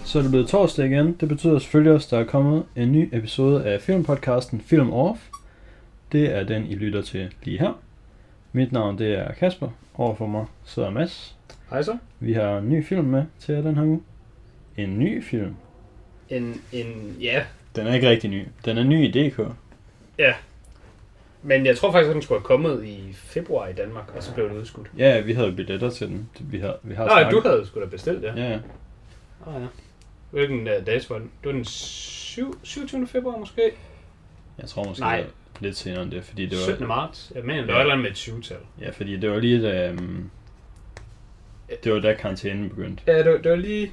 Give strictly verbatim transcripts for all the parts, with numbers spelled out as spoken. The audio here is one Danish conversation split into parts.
så er det blevet torsdag igen. Det betyder selvfølgelig også, at der er kommet en ny episode af filmpodcasten Film Off. Det er den, I lytter til lige her. Mit navn det er Kasper. Overfor mig sidder Mads. Hej så. Vi har en ny film med til jer den her uge. En ny film. En, en, ja. Den er ikke rigtig ny. Den er ny i D K. Ja. Men jeg tror faktisk, at den skulle have kommet i februar i Danmark, og så blev det udskudt. Ja, vi havde billetter til den. Vi har, vi har Nej, snakket. Du havde sgu da bestilt, ja. Ja, ja. Ah, ja. Hvilken uh, dato var den? Det var den syvogtyvende februar måske? Jeg tror måske Nej. det var lidt senere end det, fordi det var... syttende marts. Jeg mener, det Ja. var et eller andet med et syv-tal. Ja, fordi det var lige da... Um... Det var da karantænen begyndte. Ja, det var, det var lige...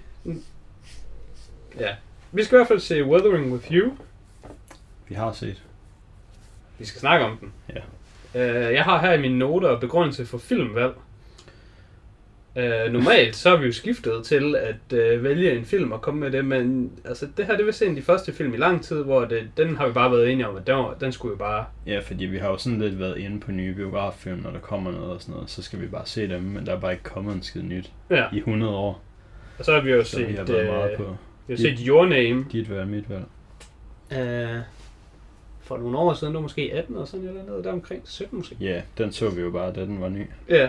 Ja. Vi skal i hvert fald se Weathering with You. Vi har set. Vi skal snakke om den. Ja. Uh, jeg har her i mine noter begrundelse for filmvalg. Uh, normalt så har vi jo skiftet til at uh, vælge en film og komme med det, men altså, det her det vil se en af de første film i lang tid, hvor det, den har vi bare været enige om, at den, var, den skulle jo bare... Ja, fordi vi har jo sådan lidt været inde på nye biograffilm, når der kommer noget og sådan noget, så skal vi bare se dem, men der er bare ikke kommet en skid nyt Ja. i hundrede år. Og så har vi jo Så set, vi har været meget uh, på vi har set Your Name. dit valg, mit valg. Uh, for nogle år siden, det var måske atten og sådan eller noget, der omkring sytten måske. Ja, den så vi jo bare, da den var ny. Ja.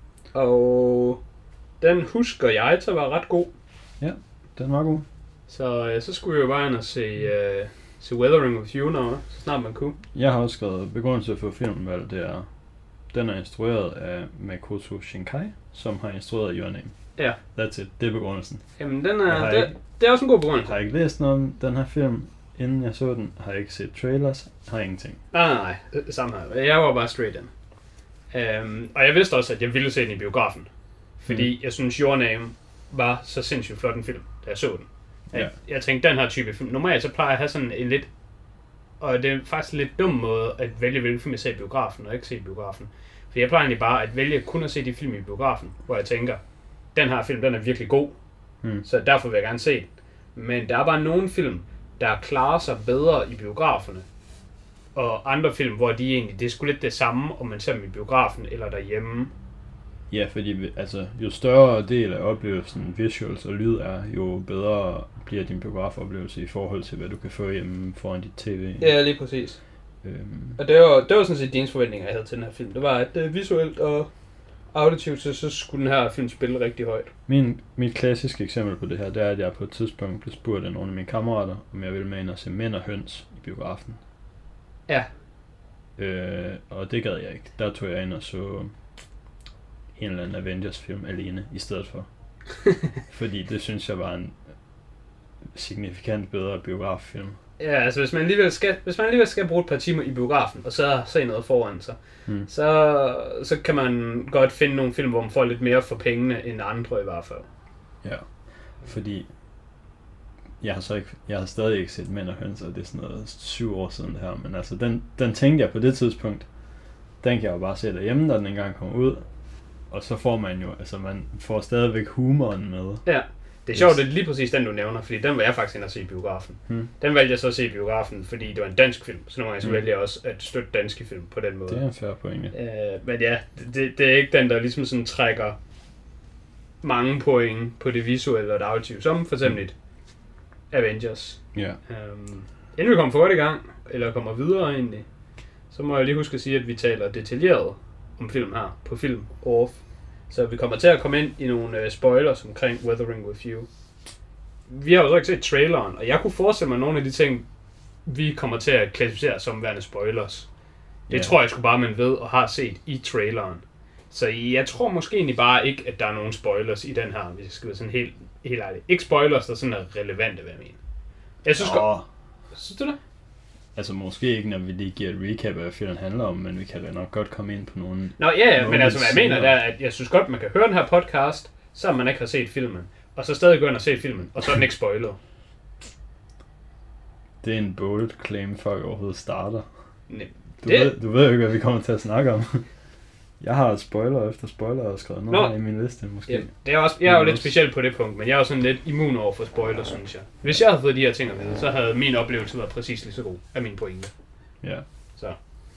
Og den husker jeg til at være ret god. Ja, den var god. Så, øh, så skulle vi jo bare ind og se, øh, se Weathering with You, når så snart man kunne. Jeg har også skrevet begrundelse for filmvalg, det er, den er instrueret af Makoto Shinkai, som har instrueret Your Name. Ja. That's it, det er begrundelsen. Jamen, den Jeg er, har det, ikke- det er også en god Jeg begrundelse. har ikke læst noget om den her film, inden jeg så den. Har ikke set trailers, har ingenting. Nej, nej, nej. øh, Samme her. Jeg var bare straight in. Um, og jeg vidste også, at jeg ville se den i biografen. Fordi mm. jeg synes, Your Name var så sindssygt flot en film, da jeg så den. Jeg, Ja. jeg tænkte, den her type film. Normalt så plejer jeg at have sådan en lidt... Og det er faktisk en lidt dum måde at vælge, hvilken film jeg ser i biografen, og ikke se i biografen. For jeg plejer egentlig bare at vælge kun at se de film i biografen, hvor jeg tænker, den her film, den er virkelig god, Mm. så derfor vil jeg gerne se den. Men der er bare nogle film, der klarer sig bedre i biograferne, og andre film, hvor de egentlig, det er sgu lidt det samme, om man ser dem i biografen eller derhjemme. Ja, fordi vi- altså, jo større del af oplevelsen, visuals og lyd er, jo bedre bliver din biografoplevelse i forhold til, hvad du kan få hjemme foran dit tv. Ja, lige præcis. Øhm, Og det var, det var sådan set de eneste forventninger, jeg havde til den her film. Det var, at uh, visuelt og auditivt, så, så skulle den her film spille rigtig højt. min, mit klassiske eksempel på det her, det er, at jeg på et tidspunkt blev spurgt af nogle af mine kammerater, om jeg ville med ind og se Mænd og Høns i biografen. Ja. Øh, og det gad jeg ikke. Der tog jeg ind og så en eller anden Avengers-film alene i stedet for. Fordi det synes jeg var en signifikant bedre biograffilm. Ja, altså hvis man alligevel skal, hvis man alligevel skal bruge et par timer i biografen, og så se noget foran sig, Hmm. så, så kan man godt finde nogle film, hvor man får lidt mere for pengene end andre i hvert fald. Ja, fordi jeg har så ikke, jeg har stadig ikke set Mænd og Høns, og det er sådan noget syv år siden det her, men altså den, den tænkte jeg på det tidspunkt, den kan jeg jo bare se derhjemme, når den engang kommer ud, og så får man jo, altså man får stadigvæk humoren med. Ja, det er sjovt, det er lige præcis den, du nævner, fordi den var jeg faktisk inde at se i biografen. Hmm. Den valgte jeg så at se i biografen, fordi det var en dansk film, så nogle gange så Hmm. vælger jeg også at støtte danske film på den måde. Det er en fair pointe. Øh, men ja, det, det er ikke den, der ligesom sådan trækker mange point på det visuelle og det auditive, som for eksempel et Avengers. Ja, Um, inden vi kommer for godt i gang, eller kommer videre egentlig, så må jeg lige huske at sige, at vi taler detaljeret om film her på Film Off. Så vi kommer til at komme ind i nogle uh, spoilers omkring Weathering with You. Vi har jo så ikke set traileren, og jeg kunne forestille mig nogle af de ting, vi kommer til at klassificere som værende spoilers. Det Ja. tror jeg sgu bare, man ved og har set i traileren. Så jeg tror måske egentlig bare ikke, at der er nogen spoilers i den her, hvis jeg skal være sådan helt, helt ærlig. Ikke spoilers, der sådan er relevante, hvad jeg mener. Jeg synes godt... og, Synes du det? altså måske ikke, når vi lige giver et recap af, hvad filmen handler om, men vi kan da nok godt komme ind på nogle... Nå ja, ja, men nogle altså hvad jeg mener, scener. det er, at jeg synes godt, man kan høre den her podcast, så man ikke har set filmen, og så stadig gå ind og se filmen, og så er den ikke spoilet. Det er en bold claim, før vi overhovedet starter. Nej, Du, det- ved, du ved jo ikke, hvad vi kommer til at snakke om. Jeg har spoiler efter spoiler og skrevet noget Nå. i min liste, måske. Ja, det er også, jeg er jo Men lidt også- speciel på det punkt, men jeg er jo sådan lidt immun over for spoiler, synes jeg. Hvis jeg havde fået de her ting at vide, så havde min oplevelse været præcis lige så god af min pointe. Ja. Så.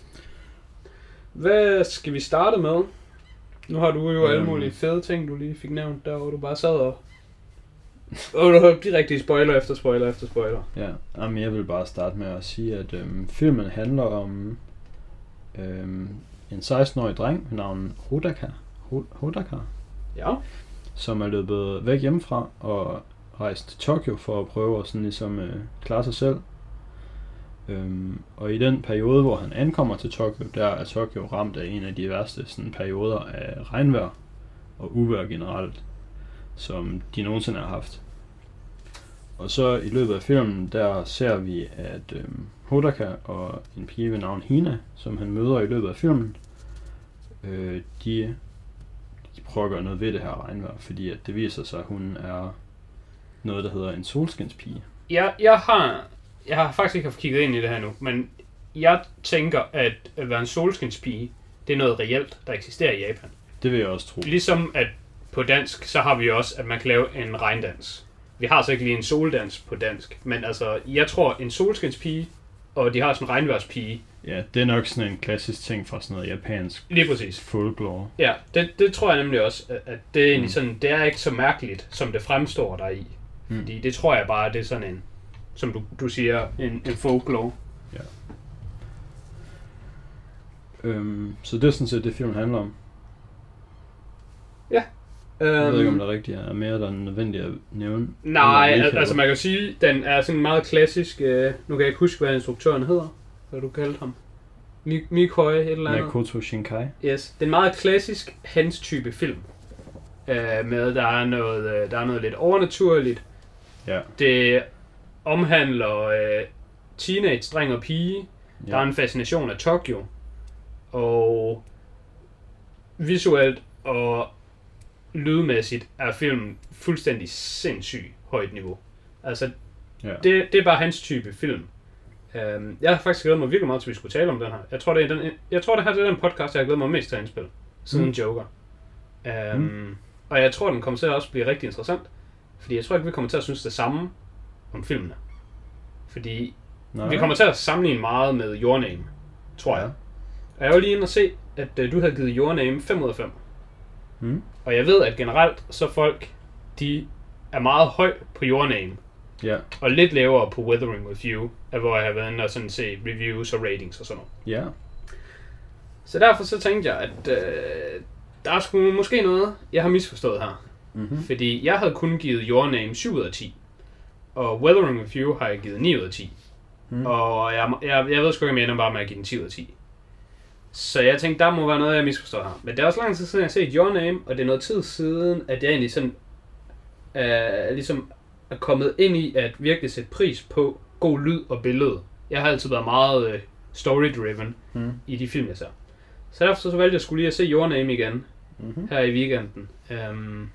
Hvad skal vi starte med? Nu har du jo alle Øhm. mulige fede ting, du lige fik nævnt, der hvor du bare sad og Og du har direkte spoiler efter spoiler efter spoiler. Ja, jamen jeg vil bare starte med at sige, at øhm, filmen handler om øhm, en seksten-årig dreng ved navn Hodaka, Hodaka, Ja. som er løbet væk hjemmefra og rejst til Tokyo for at prøve at sådan ligesom øh, klare sig selv. Øhm, og i den periode, hvor han ankommer til Tokyo, der er Tokyo ramt af en af de værste sådan, perioder af regnvejr og uvejr generelt, som de nogensinde har haft. Og så i løbet af filmen, der ser vi, at øhm, Hodaka og en pige ved navn Hina, som han møder i løbet af filmen, øh, de, de prøver at gøre noget ved det her regnvejr, fordi at det viser sig, at hun er noget, der hedder en solskinspige. Jeg, jeg har... Jeg har faktisk ikke haft kigget ind i det her nu, men jeg tænker, at at være en solskinspige, det er noget reelt, der eksisterer i Japan. Det vil jeg også tro. Ligesom at på dansk, så har vi også, at man kan lave en regndans. Vi har så ikke lige en soldans på dansk, men altså, jeg tror en solskinspige, og de har sådan en regnvejrspige. Ja, det er nok sådan en klassisk ting fra sådan noget japansk Lige præcis. folklore. Ja, det, det tror jeg nemlig også, at- at det er egentlig Mm. sådan, det er ikke så mærkeligt, som det fremstår der i. Mm. Fordi det tror jeg bare, det er sådan en, som du, du siger, en, en folklore. Øhm, så det er sådan set det, filmen handler om. Um, Jeg ved ikke, om det rigtigt er mere, der er nødvendigt at nævne. Nej, Eller al- ikke, altså eller? man kan sige, den er sådan meget klassisk, øh, nu kan jeg ikke huske, hvad instruktøren hedder, hvad du kaldte ham. Mi- Mikoi, et eller andet. Makoto Shinkai. Yes, det er en meget klassisk hans type film. Øh, med, der er, noget, øh, der er noget lidt overnaturligt. Ja. Det omhandler øh, teenage, dreng og pige. Ja. Der er en fascination af Tokyo. Og visuelt og lydmæssigt er filmen fuldstændig sindssygt højt niveau. Altså, Ja. det, det er bare hans type film. Um, jeg har faktisk glædet mig virkelig meget til, at vi skulle tale om den her. Jeg tror, det er den, jeg tror, det her det er den podcast, jeg har glædet mig mest til at indspille. Siden Mm. mm. Joker. Um, mm. Og jeg tror, den kommer til at også blive rigtig interessant. Fordi jeg tror ikke, vi kommer til at synes det samme om filmene. Fordi Nej. vi kommer til at sammenligne meget med Your Name, tror jeg. Ja. Og jeg var lige inde og se, at uh, du havde givet Your Name fem ud af fem. Mm. Og jeg ved, at generelt så folk, de er meget høj på Your Name. Ja. Og lidt lavere på Weathering With You, af hvor jeg har været inde og sådan se reviews og ratings og sådan noget. Ja. Så derfor så tænkte jeg, at øh, der er sgu måske noget, jeg har misforstået her. Mm-hmm. Fordi jeg havde kun givet Your Name syv ud af ti. Og Weathering With You har jeg givet ni ud af ti. Mm. Og jeg, jeg, jeg ved sgu ikke, om jeg ender bare med at give den ti ud af ti. Så jeg tænkte, der må være noget, jeg misforstår her. Men det er også lang tid siden, jeg har set Your Name, og det er noget tid siden, at jeg egentlig sådan øh, ligesom er kommet ind i at virkelig sætte pris på god lyd og billede. Jeg har altid været meget øh, story-driven Mm. i de film, jeg ser. Så derfor så valgte jeg skulle lige at se Your Name igen, Mm-hmm. her i weekenden. Um,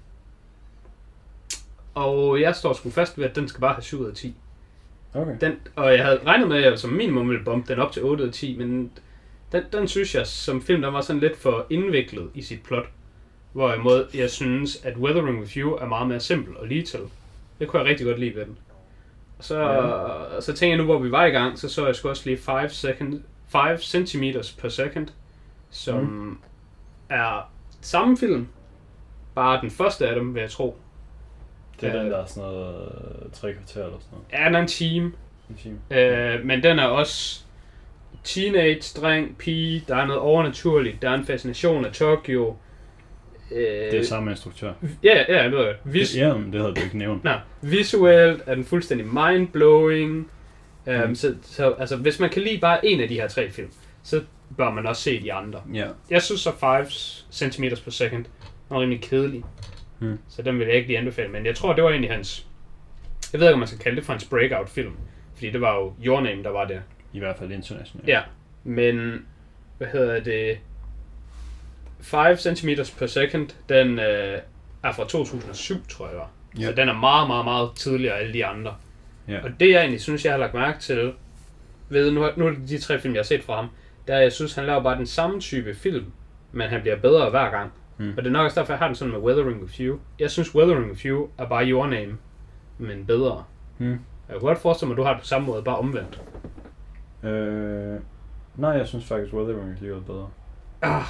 og jeg står sgu fast ved, at den skal bare have syv ud af ti. Okay. Den, og jeg havde regnet med, at jeg som minimum ville bombe den op til otte ud af ti, men den, den synes jeg som film, der var sådan lidt for indviklet i sit plot. Hvorimod jeg synes, at Weathering With You er meget mere simpel og ligetil. Det kunne jeg rigtig godt lide ved den. Og så, Ja. så tænker jeg nu, hvor vi var i gang, så så jeg sgu også lige fem centimeters per second, som mm. er samme film, bare den første af dem, vil jeg tro. Det er Øh. den, der er sådan noget øh, tre kvarter eller sådan noget. Ja, den er en time. En time. Øh, men den er også teenage, dreng, pige, der er noget overnaturligt, der er en fascination af Tokyo. Øh, Det er samme instruktør. Ja, ja, det ved jeg. Vis- Det, ja, men det havde du ikke nævnt. Nå, visuelt er den fuldstændig mindblowing. Um, Mm. så, så altså, hvis man kan lide bare en af de her tre film, så bør man også se de andre. Ja. Jeg synes så fem centimeters per second var rimelig kedelig. Mm. Så den vil jeg ikke lige anbefale, men jeg tror, det var egentlig hans... Jeg ved ikke, om man skal kalde det for hans breakout-film. Fordi det var jo Your Name, der var der. I hvert fald internationalt. Ja, men... Hvad hedder det... fem centimeters per second, den øh, er fra to tusind og syv, tror jeg var. Ja. Så den er meget, meget, meget tidligere end alle de andre. Ja. Og det jeg egentlig synes, jeg har lagt mærke til, ved nu, nu er det de tre film, jeg har set fra ham, der jeg synes, han laver bare den samme type film, men han bliver bedre hver gang. Mm. Og det er nok også derfor, jeg har den sådan med Weathering With You. Jeg synes, Weathering With You er bare Your Name, men bedre. Mm. Jeg kunne godt forestille mig, at du har det på samme måde, bare omvendt. Øh, nej, jeg synes faktisk, Weathering With You er bedre. Ah,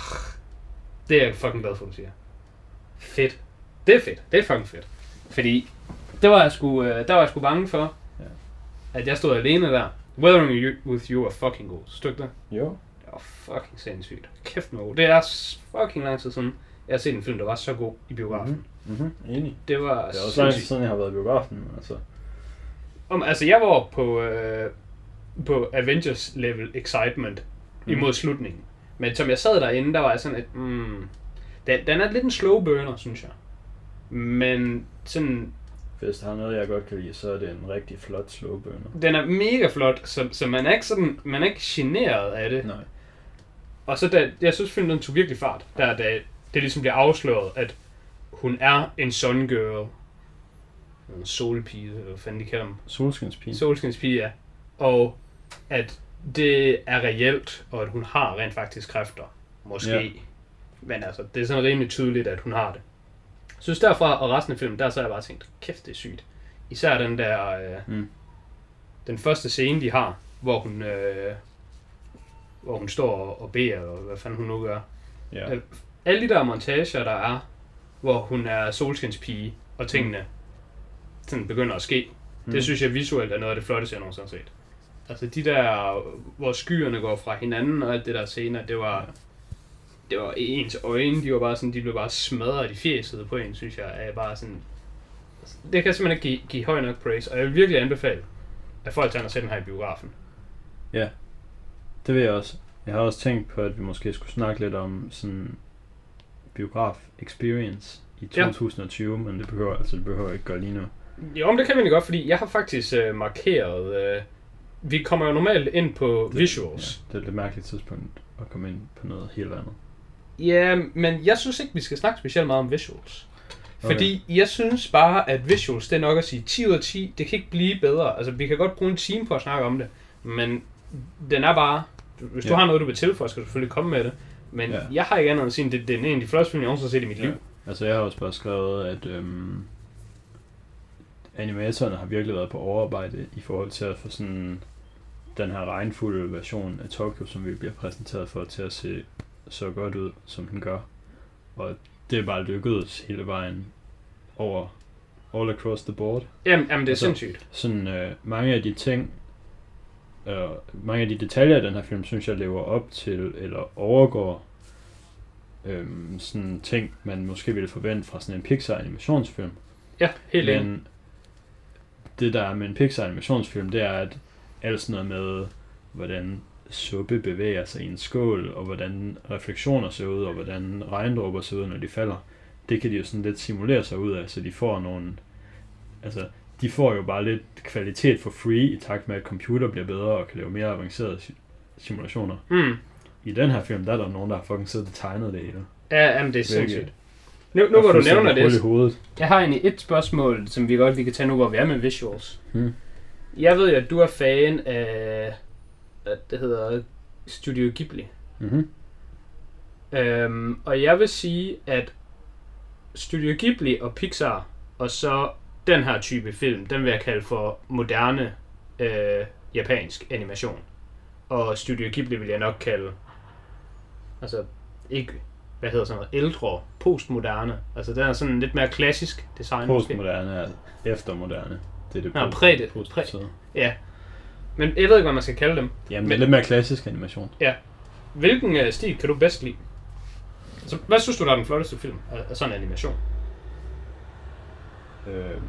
det er jeg fucking glad for, du siger. Fedt. Det er fedt. Det er fucking fedt. Fordi det var jeg sgu, øh, der var jeg sgu bange for, ja. at jeg stod alene der. Weathering you, with You var fucking god. Stod der? Jo. Det var fucking sindssygt. Kæft med god. Det er fucking lang tid siden, jeg har set en film, der var så god i biografen. Mhm, mm-hmm. Enig. Det var Det er også lang tid siden, jeg har været i biografen, altså. Om, altså, jeg var på, øh, på Avengers level excitement mm. imod slutningen. Men som jeg sad derinde, der var jeg sådan et... Mm, den, den er lidt en slow burner, synes jeg. Men sådan... Hvis der er noget, jeg godt kan lide, så er det en rigtig flot slow burner. Den er mega flot, så, så man er ikke sådan... Man er ikke generet af det. Nej. Og så da... Jeg synes, filmen tog virkelig fart. Der, da det ligesom bliver afsløret, at hun er en sun girl. En solpige, eller hvad fanden de kalder dem. Solskinspige. Solskinspige, ja. Og at det er reelt, og at hun har rent faktisk kræfter. Måske. Ja. Men altså, det er sådan rimelig tydeligt, at hun har det. Jeg synes derfra, og resten af filmen, der så har jeg bare tænkt, kæft, det er sygt. Især den der, øh, mm. den første scene, de har, hvor hun, øh, hvor hun står og, og beder, og hvad fanden hun nu gør. Ja. Alle de der montager, der er, hvor hun er solskinspige, og tingene mm. sådan begynder at ske, mm. det synes jeg visuelt er noget af det flotteste, jeg nogensinde har set. Altså de der, hvor skyerne går fra hinanden, og alt det der scener, det var... Ja. Det var ens øjne, de var bare sådan, de blev bare smadret i fjeset på en, synes jeg, er bare sådan... Det kan jeg simpelthen ikke give, give høj nok praise, og jeg vil virkelig anbefale, at folk tager og sætter den her i biografen. Ja, det vil jeg også. Jeg har også tænkt på, at vi måske skulle snakke lidt om sådan biograf experience i to tusind og tyve, ja. Men det behøver, altså det behøver ikke gøre lige nu. Jo, men det kan vi godt, fordi jeg har faktisk øh, markeret... Øh, vi kommer jo normalt ind på det, visuals. Ja, det er et lidt mærkeligt tidspunkt at komme ind på noget helt andet. Ja, men jeg synes ikke, vi skal snakke specielt meget om visuals. Okay. Fordi jeg synes bare, at visuals, det er nok at sige ti ud af ti, det kan ikke blive bedre. Altså, vi kan godt bruge en time på at snakke om det, men den er bare... Hvis du ja. har noget, du vil tilføje, skal du selvfølgelig komme med det. Men ja. jeg har ikke andet at sige, at det, det er en af de første film, jeg også har set i mit ja. liv. Altså, jeg har også bare skrevet, at øhm, animatorerne har virkelig været på overarbejde i forhold til at få sådan den her regnfulde version af Tokyo, som vi bliver præsenteret for, til at se så godt ud, som den gør. Og det er bare lykkedes hele vejen over all across the board. Jamen, jamen det er så, sindssygt. Sådan øh, mange af de ting, øh, mange af de detaljer i den her film, synes jeg lever op til, eller overgår øh, sådan ting, man måske ville forvente fra sådan en Pixar animationsfilm. Ja, helt enig. Men det der er med en Pixar animationsfilm, det er, at alt sådan noget med, hvordan suppe bevæger sig i en skål, og hvordan refleksioner ser ud, og hvordan regndråber ser ud, når de falder, det kan de jo sådan lidt simulere sig ud af, så de får nogle, altså, de får jo bare lidt kvalitet for free, i takt med, at computer bliver bedre, og kan lave mere avancerede simulationer. Mm. I den her film, der er der nogen, der har fucking siddet og tegnet det hele. Ja, jamen det er sindssygt. Nu, nu hvor du nævner det, hovedet. Jeg har egentlig et spørgsmål, som vi godt vi kan tage nu, hvor vi er med visuals. Hmm. Jeg ved jo, at du er fan af, at det hedder Studio Ghibli. Mm-hmm. Øhm, og jeg vil sige, at Studio Ghibli og Pixar, og så den her type film, den vil jeg kalde for moderne øh, japansk animation. Og Studio Ghibli vil jeg nok kalde, altså ikke, hvad hedder sådan noget, ældre, postmoderne. Altså den er sådan lidt mere klassisk design. Postmoderne er eftermoderne. Det er det Nå, præ, præ, ja. Men jeg ved ikke, hvad man skal kalde dem. Jamen, det er lidt mere klassisk animation. Ja. Hvilken uh, stil kan du bedst lide? Så, hvad synes du, der er den flotteste film af, af sådan en animation? Øhm,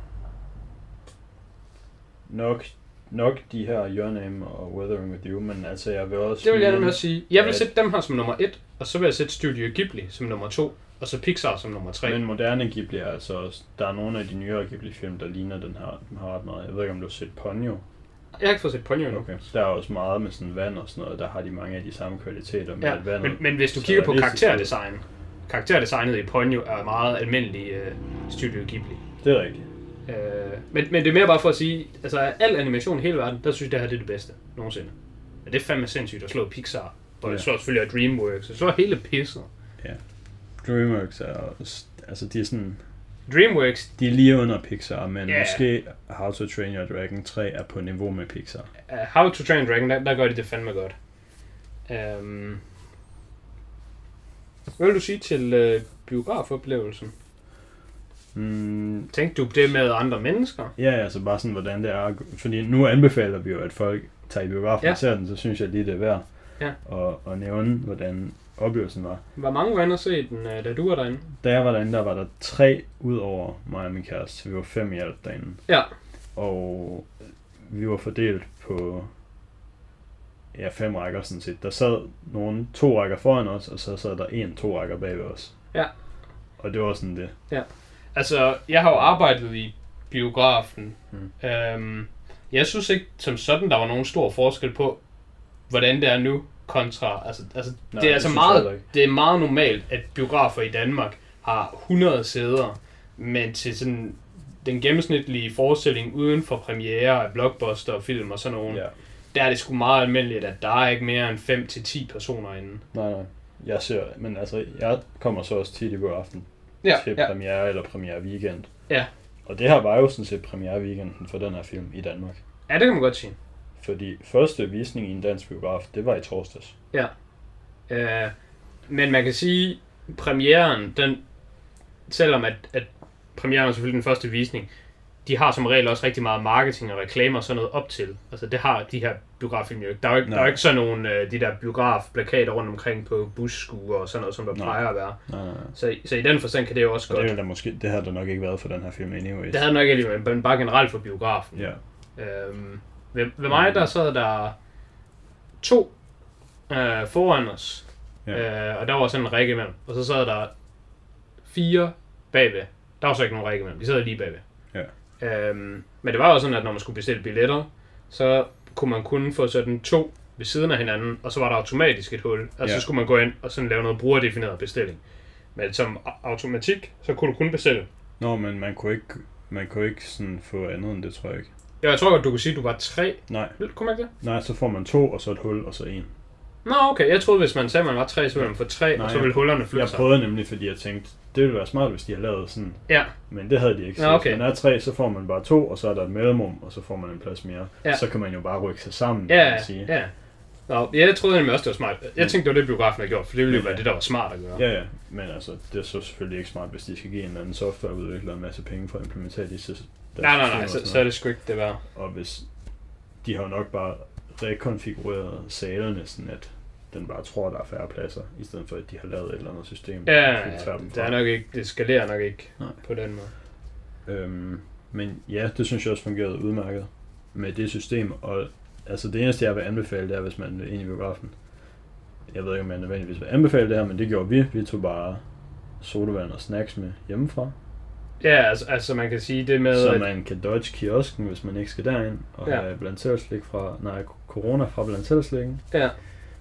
nok, nok de her Your Name og Weathering with You, men altså jeg vil også... Det vil jeg nemlig også sige. Jeg vil sætte dem her som nummer et, og så vil jeg sætte Studio Ghibli som nummer to, og så Pixar som nummer tre. Men moderne Ghibli er altså også... Der er nogle af de nyere Ghibli-film, der ligner den her, den har ret meget. Jeg ved ikke, om du har set Ponyo? Jeg har ikke fået set Ponyo endnu. Okay. Der er også meget med sådan vand og sådan noget. Der har de mange af de samme kvaliteter med ja, vandet. Men, men hvis du kigger på karakterdesign, karakterdesignet i Ponyo er meget almindelig uh, Studio Ghibli. Det er rigtigt. Uh, men, men det er mere bare for at sige, altså al animation i hele verden, der synes jeg, det her det er det bedste nogensinde. Men det er fandme sindssygt at slå Pixar, og ja. Det slår selvfølgelig af DreamWorks, det slår hele pisset. Ja. DreamWorks er altså de er sådan... DreamWorks... De er lige under Pixar, men yeah. måske How to Train Your Dragon tre er på niveau med Pixar. Uh, How to Train Your Dragon, der, der gør de det fandme godt. Um, hvad vil du sige til uh, biografoplevelsen? Mm, Tænkte du det med andre mennesker? ja, altså bare sådan, hvordan det er. Fordi nu anbefaler vi jo, at folk tager i biografen Ja. og ser den, så synes jeg lige, det er værd Ja. at, at nævne, hvordan oplevelsen var. Hvor mange var inde og se den, øh, da du var derinde? Da jeg var derinde, der var der tre ud over mig og min kæreste. Vi var fem i alt derinde. Ja. Og vi var fordelt på ja, fem rækker sådan set. Der sad nogle to rækker foran os, og så sad der en, to rækker bag ved os. Ja. Og det var sådan det. Ja. Altså, jeg har jo arbejdet i biografen. Hmm. Øhm, jeg synes ikke som sådan, der var nogen stor forskel på, hvordan det er nu kontra. Altså, altså Nej, det er det altså synes jeg heller meget, ikke. det er meget normalt, at biografer i Danmark har hundrede sæder, men til sådan den gennemsnitlige forestilling uden for premiere af blockbuster og film og sådan nogen, Ja. der er det sgu meget almindeligt, at der er ikke mere end fem til ti personer inde. Nej, nej. Jeg ser, men altså, jeg kommer så også tit i biografen Ja, til ja. premiere eller premiere weekend. Ja. Og det her var jo sådan set premiere weekenden for den her film i Danmark. Ja, det kan man godt sige. Fordi første visning i en dansk biograf, det var i torsdags. Ja. Øh, men man kan sige, premieren, den, selvom at, at premieren er selvfølgelig den første visning, de har som regel også rigtig meget marketing og reklamer og sådan noget op til. Altså det har de her biograffilm jo ikke. Der er jo ikke, der er jo ikke sådan nogle øh, de der biografplakater rundt omkring på busskuer og sådan noget, som der Nej. plejer at være. Nej, nej, nej. Så, så i den forstand kan det jo også Og godt. det, ville da måske, det havde der nok ikke været for den her film anyways. Det havde nok ikke alligevel, men bare generelt for biografen. Ja. Øhm, ved, ved mig, der sad der to øh, foran os, Ja. øh, og der var sådan en række imellem. Og så sad der fire bagved. Der var så ikke nogen række imellem, de sad lige bagved. Ja. Øhm, men det var jo sådan, at når man skulle bestille billetter, så kunne man kun få sådan to ved siden af hinanden, og så var der automatisk et hul. Altså Ja. så skulle man gå ind og sådan lave noget brugerdefineret bestilling. Men som automatik, så kunne du kun bestille. Nå, men man kunne ikke, man kunne ikke sådan få andet end det, tror jeg ikke. Ja, jeg tror godt, du kunne sige, at du var tre. Nej, Kunne man ikke det? nej, så får man to, og så et hul, og så en. Nå, okay. Jeg troede, hvis man sagde, at man var tre, så ville man få tre, Nej, og så ville hullerne flytte Jeg sig. prøvede nemlig, fordi jeg tænkte, det ville være smart, hvis de havde lavet sådan. Ja. Men det havde de ikke. Så Nå, okay. hvis man er tre, så får man bare to, og så er der et mellemrum, og så får man en plads mere. Ja. Så kan man jo bare rykke sig sammen, kan Ja, man sige. ja. Nå, jeg troede nemlig også, det var smart. Jeg tænkte, det var det, biografen havde gjort, for det ville jo Ja. være det, der var smart at gøre. Ja, ja, men altså, det er så selvfølgelig ikke smart, hvis de skal give en eller anden softwareudvikler en masse penge for at implementere de sy- Nej, nej, nej, så, så er det sgu ikke det værd. Og hvis de har jo nok bare rekonfigureret salene, sådan at den bare tror, der er færre pladser, i stedet for, at de har lavet et eller andet system, Ja, der ja, filtrerer dem det fra. er nok ikke, det skalerer nok ikke Nej. på den måde. Øhm, men ja, det synes jeg også fungerede udmærket med det system, og altså det eneste, jeg vil anbefale, det er, hvis man vil ind i biografen. Jeg ved ikke, om jeg nødvendigvis vil anbefale det her, men det gjorde vi. Vi tog bare sodavand og snacks med hjemmefra. Ja, altså, altså man kan sige det med, Så at, man kan dodge kiosken, hvis man ikke skal derind, og Ja. ja. have blandt selv slik fra, nej, corona fra blandt selv slikken. ja.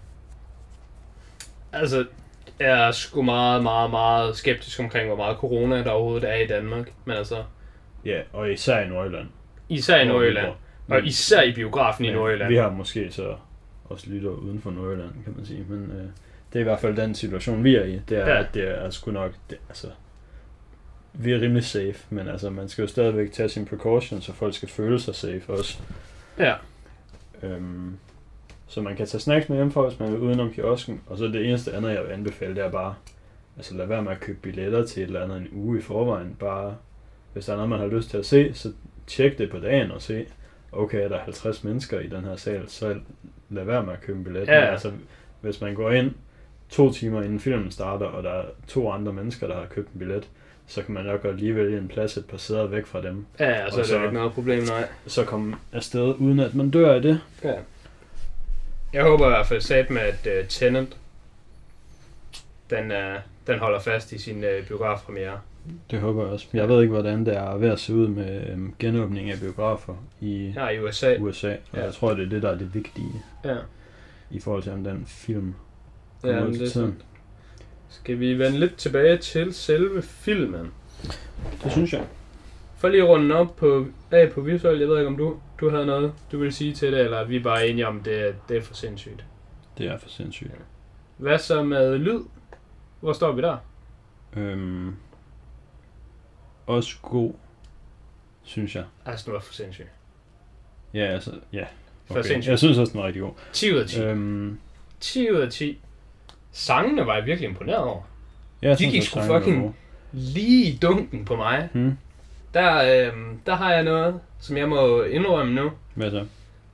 Altså, jeg er sgu meget, meget, meget skeptisk omkring, hvor meget corona der overhovedet er i Danmark. Men altså, Ja, og især i Nordjylland. især i hvor vi Nordjylland. bor. Og især i biografen i Men Nordjylland. Vi har måske så også lytter uden for Nordjylland, kan man sige, men øh, det er i hvert fald den situation, vi er i. Det er, Ja. ja. at det er sgu nok, det, altså, vi er rimelig safe, men altså, man skal jo stadigvæk tage sine precautions, så folk skal føle sig safe også. Ja. Øhm, så man kan tage snacks med hjemmefra, hvis man vil udenom kiosken, og så det eneste andet, jeg vil anbefale, det er bare, altså lad være med at købe billetter til et eller andet en uge i forvejen, bare, hvis der er noget, man har lyst til at se, så tjek det på dagen og se, okay, er der halvtreds mennesker i den her sal, så lad være med at købe en billet. Ja. Men altså, hvis man går ind to timer inden filmen starter, og der er to andre mennesker, der har købt en billet, så kan man nok godt lige vælge en plads et par sæder væk fra dem. Ja, altså, Og det er så- ikke noget problem, nej. Så komme afsted, uden at man dør af det. Ja. Jeg håber i hvert fald sat med, at uh, Tenet, den, uh, den holder fast i sin uh, biografpremiere. Det håber jeg også. Jeg ved ikke, hvordan det er ved at se ud med øhm, genåbning af biografer i Her i U S A. U S A, og Ja. jeg tror, det er det, der er det vigtige Ja, i forhold til, om den film ja kommer ud men til det er tiden. sådan. Skal vi vende lidt tilbage til selve filmen? Det synes jeg. For lige at runde op på, af på visuelt, jeg ved ikke, om du, du havde noget, du ville sige til det, eller er vi bare enige om, det, det er for sindssygt. Det er for sindssygt. Hvad så med lyd? Hvor står vi der? Øhm, også god, synes jeg. Altså, den var for sindssygt. Ja, altså, ja. For Okay. sindssygt. Jeg synes også, den er rigtig god. ti ud af ti. Øhm, ti ud af ti. Sangene var jeg virkelig imponeret over. ja, jeg De synes gik også, sgu sangen var fucking- god. lige i dunken på mig, Hmm. der, øh, der har jeg noget, som jeg må indrømme nu. Hvad så?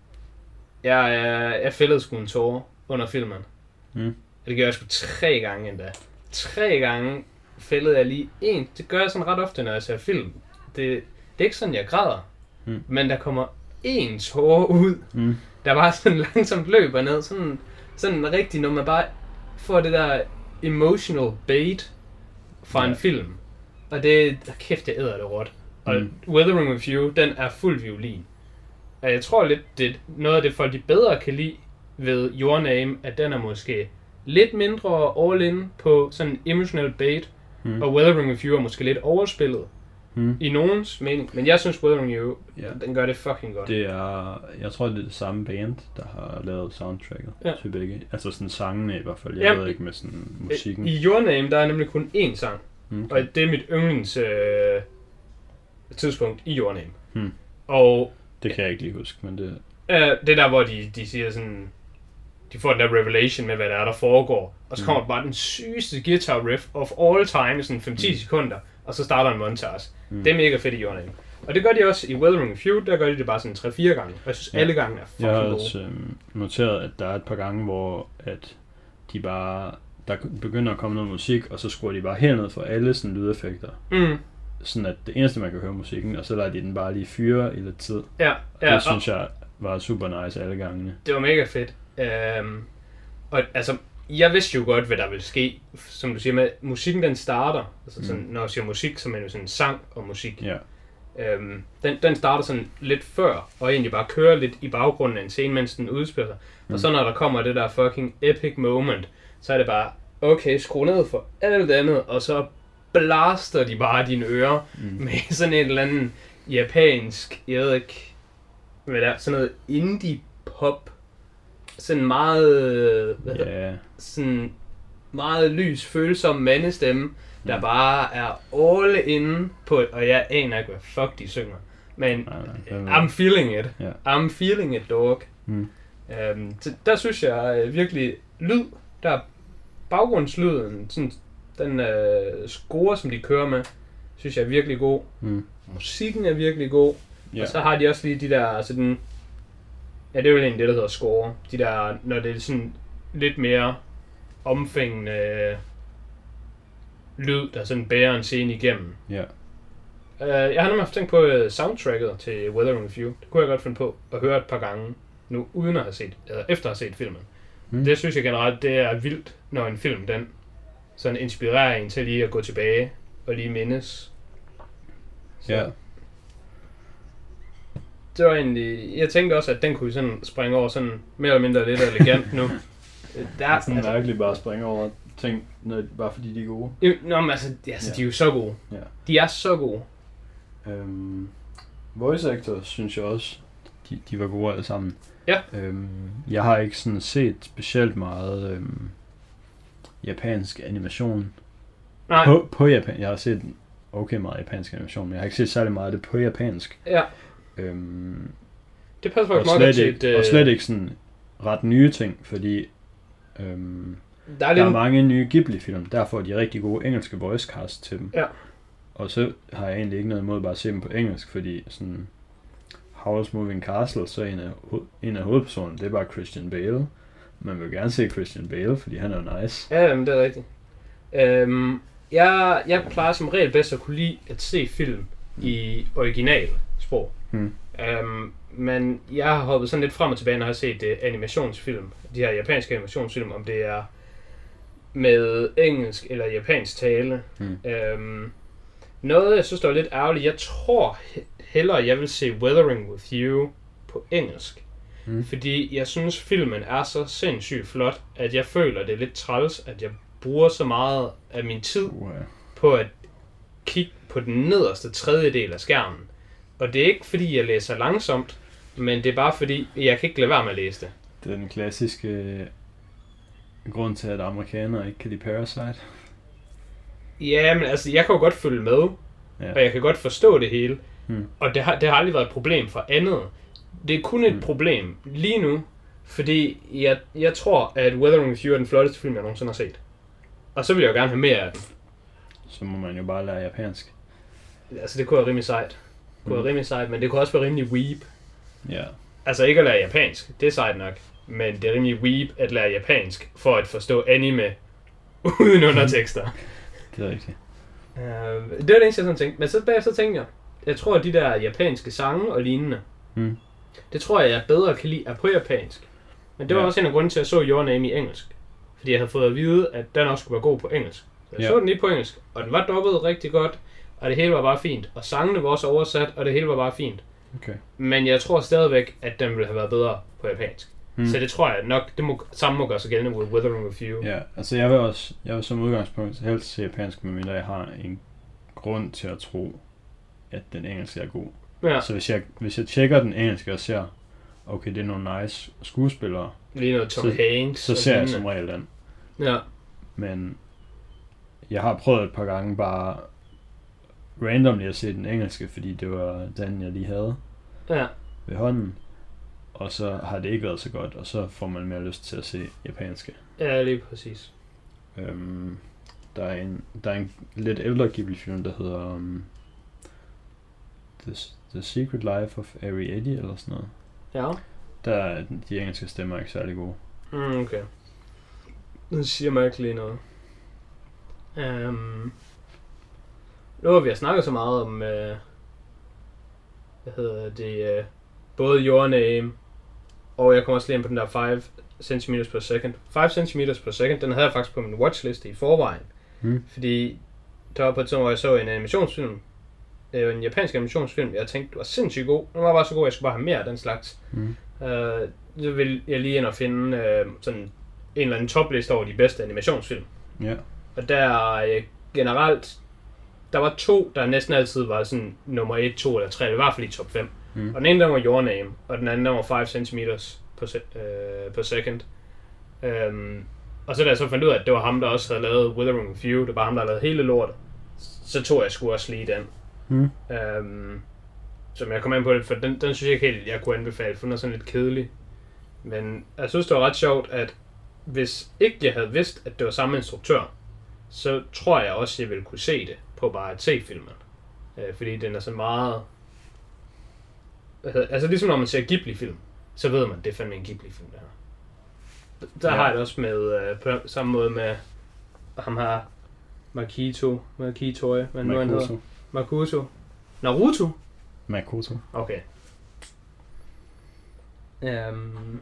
Jeg, jeg, jeg fældede sgu en tårer under filmen. Hmm. Det gør jeg sgu tre gange endda. Tre gange fældede jeg lige en. Det gør jeg sådan ret ofte, når jeg ser film. Det, det er ikke sådan, jeg græder. Hmm. Men der kommer en tårer ud, Hmm. der bare sådan langsomt løber ned. Sådan, sådan rigtig, når man bare får det der emotional bait fra Ja. en film. Og det, der kæft, jeg æder det råt. Og Mm. Weathering With You, den er fuld violin. Og jeg tror lidt, det er noget af det, folk de bedre kan lide ved Your Name, at den er måske lidt mindre all in på sådan emotional bait, Mm. og Weathering With You er måske lidt overspillet Hmm. i nogens mening. Men jeg synes, Weathering With You, Ja. den gør det fucking godt. Det er, jeg tror det er det samme band, der har lavet soundtracket Ja. til begge. Altså sådan sangene i hvert fald, jeg Jamen, ved ikke med sådan musikken. I Your Name, der er nemlig kun én sang, Hmm. og det er mit yndlings øh, tidspunkt i Your Name. Hmm. Og Det kan jeg ikke lige huske, men det... Øh, det er der, hvor de, de siger sådan... De får den der revelation med, hvad der er, der foregår. Og så Mm. kommer der bare den sygeste guitar riff of all time i sådan fem til ti Mm. sekunder. Og så starter en montage. Mm. Det er mega fedt i Your Name. Og det gør de også i Weathering With You. Der gør de det bare sådan tre fire gange. Og jeg synes, Ja. alle gange er fucking Jeg har gode. også øhm, noteret, at der er et par gange, hvor at de bare... Der begynder at komme noget musik, og så skruer de bare helt ned for alle sådan lydeffekter. Mm. Sådan at det eneste, man kan høre musikken, og så lader de den bare lige fyre i lidt tid. Ja, Ja, ja det og synes jeg var super nice alle gangene. det var mega fedt. Um, og altså, jeg vidste jo godt, hvad der ville ske. Som du siger med, musikken den starter. Altså sådan, Mm. når jeg siger musik, så mener jeg sådan sang og musik. Ja. Øhm, den, den starter sådan lidt før, og egentlig bare kører lidt i baggrunden af en scene, mens den udspiller sig. Mm. Og så når der kommer det der fucking epic moment, så er det bare, okay, skru ned for alt det andet, og så blaster de bare dine ører Mm. med sådan en eller anden japansk, jeg ved ikke, hvad der er, sådan noget indie pop, sådan meget, hvad hedder, Ja. sådan meget lys, følsom mandestemme, der Mm. bare er all in på, og jeg aner ikke, hvad fuck de synger. Men Nej, nej, det I'm feeling it. Ja. I'm feeling it, dog. Mm. Øhm, så der synes jeg øh, virkelig, lyd, der baggrundslyden, sådan, den øh, score, som de kører med, synes jeg er virkelig god. Mm. Musikken er virkelig god. Ja. Og så har de også lige de der, altså den, ja, det er jo egentlig det, der hedder score. De der, når det er sådan lidt mere omfængende øh, lyd, der sådan bærer en scene igennem. Ja. Uh, jeg har nemlig haft tænkt på uh, soundtracket til Weathering With You. Det kunne jeg godt finde på at høre et par gange nu, uden at have set, eller efter at have set filmen. Mm. Det synes jeg generelt, det er vildt, når en film, den sådan inspirerer en til lige at gå tilbage og lige mindes. Så Ja. det var egentlig, jeg tænkte også, at den kunne sådan springe over sådan mere eller mindre lidt elegant nu. Der er, Sådan altså, mærkeligt bare at springe over ting, når, bare fordi de er gode. jo, nå, men altså, altså Ja. de er jo så gode. Ja. De er så gode. Øhm, voice actors synes jeg også, de, de var gode alle sammen. Ja. Øhm, jeg har ikke sådan set specielt meget øhm, japansk animation. Nej, På, på Japan. Jeg har set okay meget japansk animation, men jeg har ikke set særlig meget af det på japansk. ja, Øhm, det passer og, faktisk meget slet godt til ikke, et, og øh, slet ikke sådan ret nye ting, fordi øhm, der er der lidt er mange nye Ghibli-film, derfor er de rigtig gode engelske voice cast til dem. Ja. Og så har jeg egentlig ikke noget imod bare at se dem på engelsk, fordi sådan Howl's Moving Castle, så en af, ho- en af hovedpersonerne, det er bare Christian Bale. Man vil gerne se Christian Bale, fordi han er jo nice. Ja, jamen, det er rigtigt. Øhm, jeg, jeg plejer som regel bedst at kunne lide at se film i original sprog. Hmm. Øhm, men jeg har hoppet sådan lidt frem og tilbage, når jeg har set uh, animationsfilm. De her japanske animationsfilm, om det er med engelsk eller japansk tale. Hmm. Øhm, noget, jeg synes, der er lidt ærgerligt. Jeg tror he- hellere, jeg vil se Weathering With You på engelsk. Hmm. Fordi jeg synes, filmen er så sindssygt flot, at jeg føler, det er lidt træls, at jeg bruger så meget af min tid Uh, på at kigge på den nederste tredjedel af skærmen. Og det er ikke, fordi jeg læser langsomt, men det er bare fordi, jeg kan ikke lade være med at læse det. det er den klassiske øh, grund til, at amerikanere ikke kan lide Parasite. Ja, men altså, jeg kan jo godt følge med, Ja. og jeg kan godt forstå det hele. Hmm. Og det har, det har aldrig været et problem for andet. Det er kun et Hmm. problem lige nu, fordi jeg, jeg tror, at Weathering With You er den flotteste film, jeg nogensinde har set. Og så vil jeg jo gerne have mere af den. så må man jo bare lære japansk. Altså det kunne være rimelig sejt. Det kunne være rimelig sejt, men det kunne også være rimelig weeb. Ja. Altså ikke at lære japansk, det er sejt nok. Men det er rimelig weeb at lære japansk for at forstå anime uden undertekster. Det er rigtigt. Uh, det var det eneste, jeg sådan tænkte. Men så bagefter tænkte jeg, jeg tror, at de der japanske sange og lignende, mm. det tror jeg, jeg bedre kan lide er på japansk. Men det var ja. også en af grunden til, at jeg så Your Name i engelsk. Fordi jeg havde fået at vide, at den også skulle være god på engelsk. Så jeg ja. så den lige på engelsk, og den var dobbelt rigtig godt, og det hele var bare fint. Og sangene var også oversat, og det hele var bare fint. Okay. Men jeg tror stadigvæk, at den ville have været bedre på japansk. Mm. Så det tror jeg nok, det må, samme må gøre sig gældende med Withering with You. Ja, altså jeg vil også, jeg vil som udgangspunkt helst se japansk, medmindre jeg har en grund til at tro, at den engelske er god. Ja. Så hvis jeg, hvis jeg tjekker den engelske og ser, okay, det er nogle nice skuespillere, lige noget Tom så, Hanks, så ser jeg som regel den. Ja. Men jeg har prøvet et par gange bare randomly at se den engelske, fordi det var den, jeg lige havde ja. ved hånden. Og så har det ikke været så godt, og så får man mere lyst til at se japanske. Ja, lige præcis. Øhm, der, er en, der er en lidt ældre Ghibli-film, der hedder um, The, The Secret Life of Ari Eddie, eller sådan noget. Ja. Der er de engelske stemmer ikke særlig gode. Mm, okay. Nu siger mig ikke lige noget. Um, nu har vi har snakket så meget om, uh, hvad hedder det, uh, både Your Name, og jeg kommer også lige ind på den der fem centimeter per second. fem centimeter per second, den havde jeg faktisk på min watchliste i forvejen. Mm. Fordi der var på et tidspunkt, hvor jeg så en animationsfilm, en japansk animationsfilm, jeg tænkte, det var sindssygt god. Den var bare så god, at jeg skulle bare have mere af den slags. Mm. Uh, så vil jeg lige ind og finde uh, sådan en eller anden topliste over de bedste animationsfilm. Yeah. Og der uh, generelt, der var to, der næsten altid var sådan nummer et, to eller tre, i hvert fald i top fem. Mm. Og den ene, der var Your Name, og den anden, der var fem centimeter per, se- uh, per second. Um, og så da jeg så fandt ud af, at det var ham, der også havde lavet Withering with You, det var ham, der havde lavet hele lortet, så tog jeg sgu også lige den. Mm. Um, som jeg kom ind på det, for den, den synes jeg ikke helt, jeg kunne anbefale, for den er sådan lidt kedelig. Men jeg synes, det var ret sjovt, at hvis ikke jeg havde vidst, at det var samme instruktør, så tror jeg også, jeg ville kunne se det på bare at se filmen. Uh, fordi den er så meget... Altså ligesom når man ser Ghibli-film, så ved man, det er fandme en Ghibli-film, det her. Der ja. har jeg det også med, uh, på samme måde med ham her, Makito, Makito, hvad nu han hedder? Makoto. Naruto? Makoto. Okay. Um,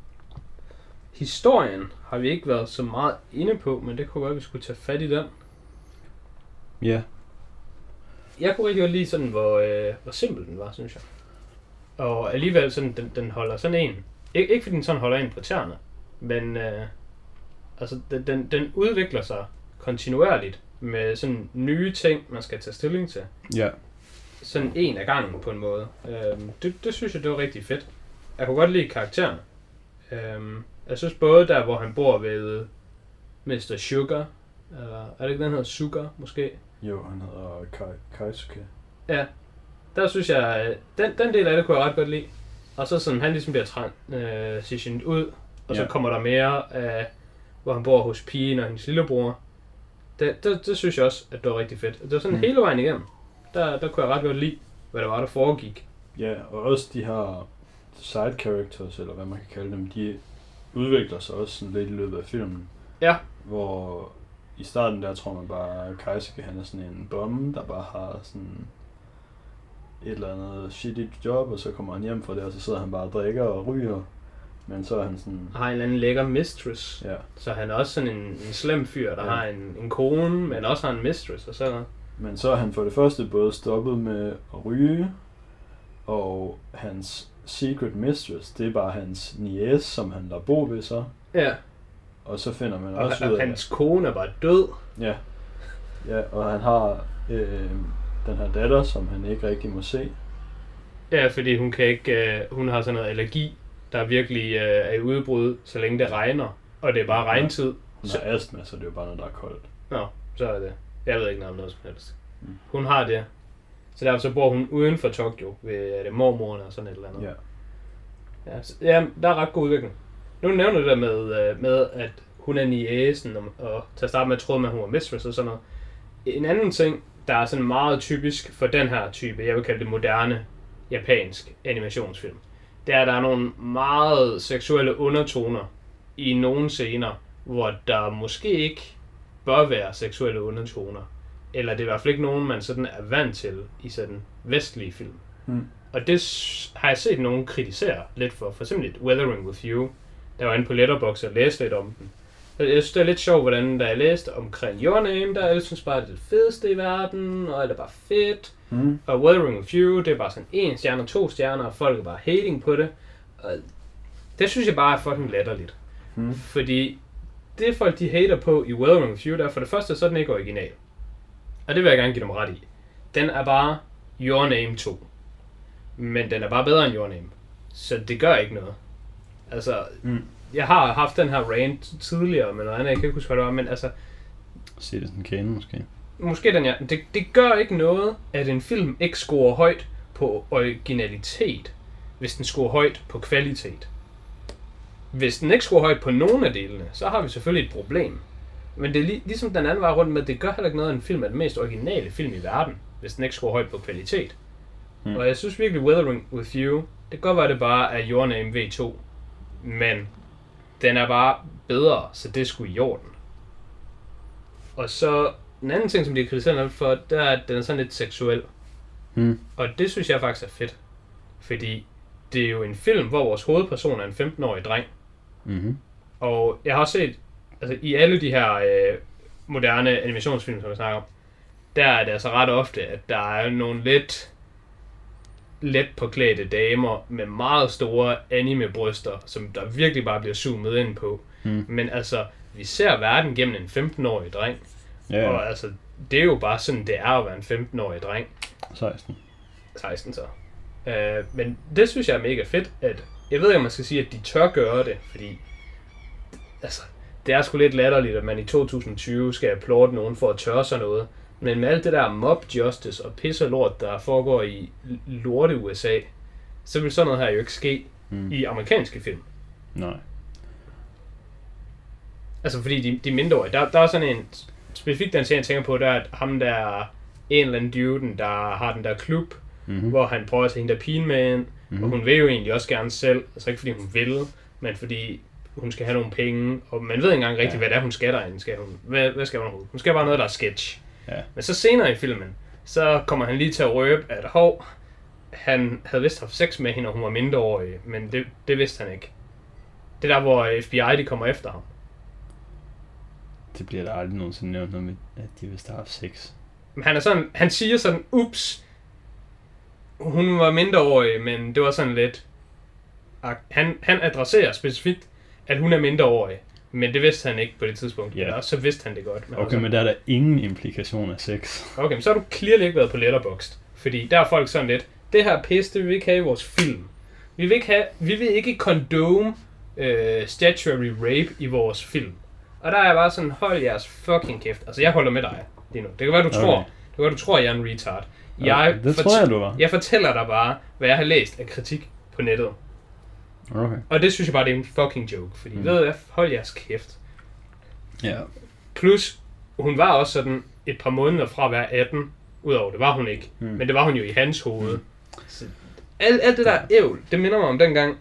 historien har vi ikke været så meget inde på, men det kunne være, at vi skulle tage fat i den. Ja. Yeah. Jeg kunne rigtig godt lide sådan, hvor, øh, hvor simpel den var, synes jeg. Og alligevel sådan, den, den holder sådan en. Ik- ikke fordi den sådan holder en på tæerne, men øh, altså, den, den, den udvikler sig kontinuerligt med sådan nye ting, man skal tage stilling til. Ja. Yeah. Sådan en af gangen på en måde. Øhm, det, det synes jeg, det var rigtig fedt. Jeg kunne godt lide karaktererne. Øhm, jeg synes både der, hvor han bor ved mister Sugar, eller er det ikke den hedder Sugar, måske? Jo, han hedder Kai- Kaisuke. Ja, der synes jeg, den, den del af det kunne jeg ret godt lide. Og så sådan, han ligesom bliver transitioned øh, ud, og ja. Så kommer der mere af, hvor han bor hos pigen og hendes lillebror. Det, det, det synes jeg også, at det var rigtig fedt. Det var sådan mm. hele vejen igennem. Der, der kunne jeg ret godt lide, hvad der var, der foregik. Ja, og også de her side characters, eller hvad man kan kalde dem, de udvikler sig også sådan lidt i løbet af filmen. Ja. Hvor i starten der tror man bare, at Kaisuke han er sådan en bombe, der bare har sådan et eller andet shitty job, og så kommer han hjem fra det, og så sidder han bare og drikker og ryger. Men så er han sådan... Har en eller anden lækker mistress. Ja. Så han er også sådan en, en slem fyr, der ja. har en, en kone, men også har en mistress og sådan noget. Men så er han for det første både stoppet med at ryge, og hans secret mistress, det er bare hans niece, som han lader bo ved så. Ja. Og så finder man og også og ud af... hans kone er bare død. Ja. Ja, og han har øh, den her datter, som han ikke rigtig må se. Ja, fordi hun kan ikke... Øh, hun har sådan noget allergi, der virkelig øh, er i udbrud, så længe det regner. Og det er bare regntid. Hun har astma, så det er jo bare noget, der er koldt. Nå, så er det. Jeg ved ikke noget om noget som helst. Mm. Hun har det. Så derfor så bor hun uden for Tokyo, ved er det mormoren og sådan et eller andet. Ja. Ja, så, ja, der er ret god udvikling. Nu nævner du det der med, med, at hun er niæsen, og, og til at starte med troede man, at hun var mistress og sådan noget. en anden ting, der er sådan meget typisk for den her type, jeg vil kalde det moderne japansk animationsfilm, det er, at der er nogle meget seksuelle undertoner i nogle scener, hvor der måske ikke bør være seksuelle undertoner. Eller det er i hvert fald ikke nogen, man sådan er vant til i sådan vestlige film. Mm. Og det har jeg set nogen kritisere lidt for. For eksempel Weathering with You, der var inde på Letterboxd og læste lidt om den. Jeg synes, det er lidt sjovt, hvordan da jeg læste omkring Your Name, der jeg synes bare, det er det fedeste i verden, og det er bare fedt. Mm. Og Weathering with You, det er bare sådan en stjerne og to stjerner, og folk er bare hating på det. Og det synes jeg bare er fucking latterligt. Mm. Fordi det folk de hater på i Weathering with You, der for det første, så er den ikke original. Og det vil jeg gerne give dem ret i. Den er bare Your Name to. Men den er bare bedre end Your Name. Så det gør ikke noget. Altså, mm. jeg har haft den her rant tidligere, men noget andet, jeg kan ikke huske, hvad det var, men altså... Citizen Kane måske. Måske den, ja. Det, det gør ikke noget, at en film ikke scorer højt på originalitet, hvis den scorer højt på kvalitet. Hvis den ikke scorer højt på nogen af delene, så har vi selvfølgelig et problem. Men det er lig, ligesom den anden vej rundt med, at det gør heller ikke noget, at en film er den mest originale film i verden, hvis den ikke scorer højt på kvalitet. Mm. Og jeg synes virkelig, Weathering with You, det kan godt være, at det bare er Your Name V to, men den er bare bedre, så det skulle i orden. Og så en anden ting, som de har kritiseret lidt for, det er, at den er sådan lidt seksuel. Mm. Og det synes jeg faktisk er fedt. Fordi det er jo en film, hvor vores hovedperson er en femten-årig dreng. Mm-hmm. Og jeg har også set, altså i alle de her øh, moderne animationsfilm, som jeg snakker om, der er det altså ret ofte, at der er nogle lidt let påklædte damer med meget store anime-bryster, som der virkelig bare bliver zoomet ind på. Mm. Men altså, vi ser verden gennem en femten-årig dreng. Yeah. Og altså, det er jo bare sådan, det er at være en femten-årig dreng. seksten. seksten så. Uh, men det synes jeg er mega fedt, at jeg ved ikke, om man skal sige, at de tør gøre det, fordi altså, det er sgu lidt latterligt, at man i to tusind og tyve skal applaudere nogen for at tørre sig noget. Men med alt det der mob justice og pisse og lort, der foregår i lorte U S A, så vil sådan noget her jo ikke ske mm. i amerikanske film. Nej. Altså fordi de, de mindreårige, der, der er sådan en specifik den serie, jeg tænker på, der er at ham der er en eller anden dude, der har den der klub, mm-hmm. hvor han prøver at tage hende der pigen med ind, mm-hmm. og hun vil jo egentlig også gerne selv, altså ikke fordi hun vil, men fordi hun skal have nogle penge, og man ved ikke engang rigtigt, ja. hvad det er, hun skal derinde. Skal hun, hvad, hvad skal hun? Hun skal bare noget, der er sketch. Ja. Men så senere i filmen, så kommer han lige til at røbe, at hov, han havde vist haft sex med hende, og hun var mindreårig, men det, det vidste han ikke. Det der, hvor F B I de kommer efter ham. Det bliver der aldrig nogensinde nævnt noget med, at de vist har haft sex. Men han er sådan, han siger sådan, ups, hun var mindreårig, men det var sådan lidt, han, han adresserer specifikt, at hun er mindreårig. Men det vidste han ikke på det tidspunkt. Yeah. Eller så vidste han det godt. Men okay, sådan, men der er der ingen implikation af sex. Okay, men så har du clearly ikke været på Letterboxd. Fordi der er folk sådan lidt, det her pisse, det vil vi ikke have i vores film. Vi vil ikke, have, vi vil ikke condone øh, statutory rape i vores film. Og der er jeg bare sådan, hold jeres fucking kæft. Altså, jeg holder med dig lige nu. Det kan være, du okay. tror, det kan være, du tror, jeg er en retard. Jeg okay, det tror jeg, du var. Jeg fortæller dig bare, hvad jeg har læst af kritik på nettet. Okay. Og det synes jeg bare, det er en fucking joke. Fordi, mm. ved du hvad, hold jeres kæft. Ja. Yeah. Plus, hun var også sådan et par måneder fra at være atten. Udover det var hun ikke. Mm. Men det var hun jo i hans hoved. Mm. Så, alt, alt det der ævl, det minder mig om dengang.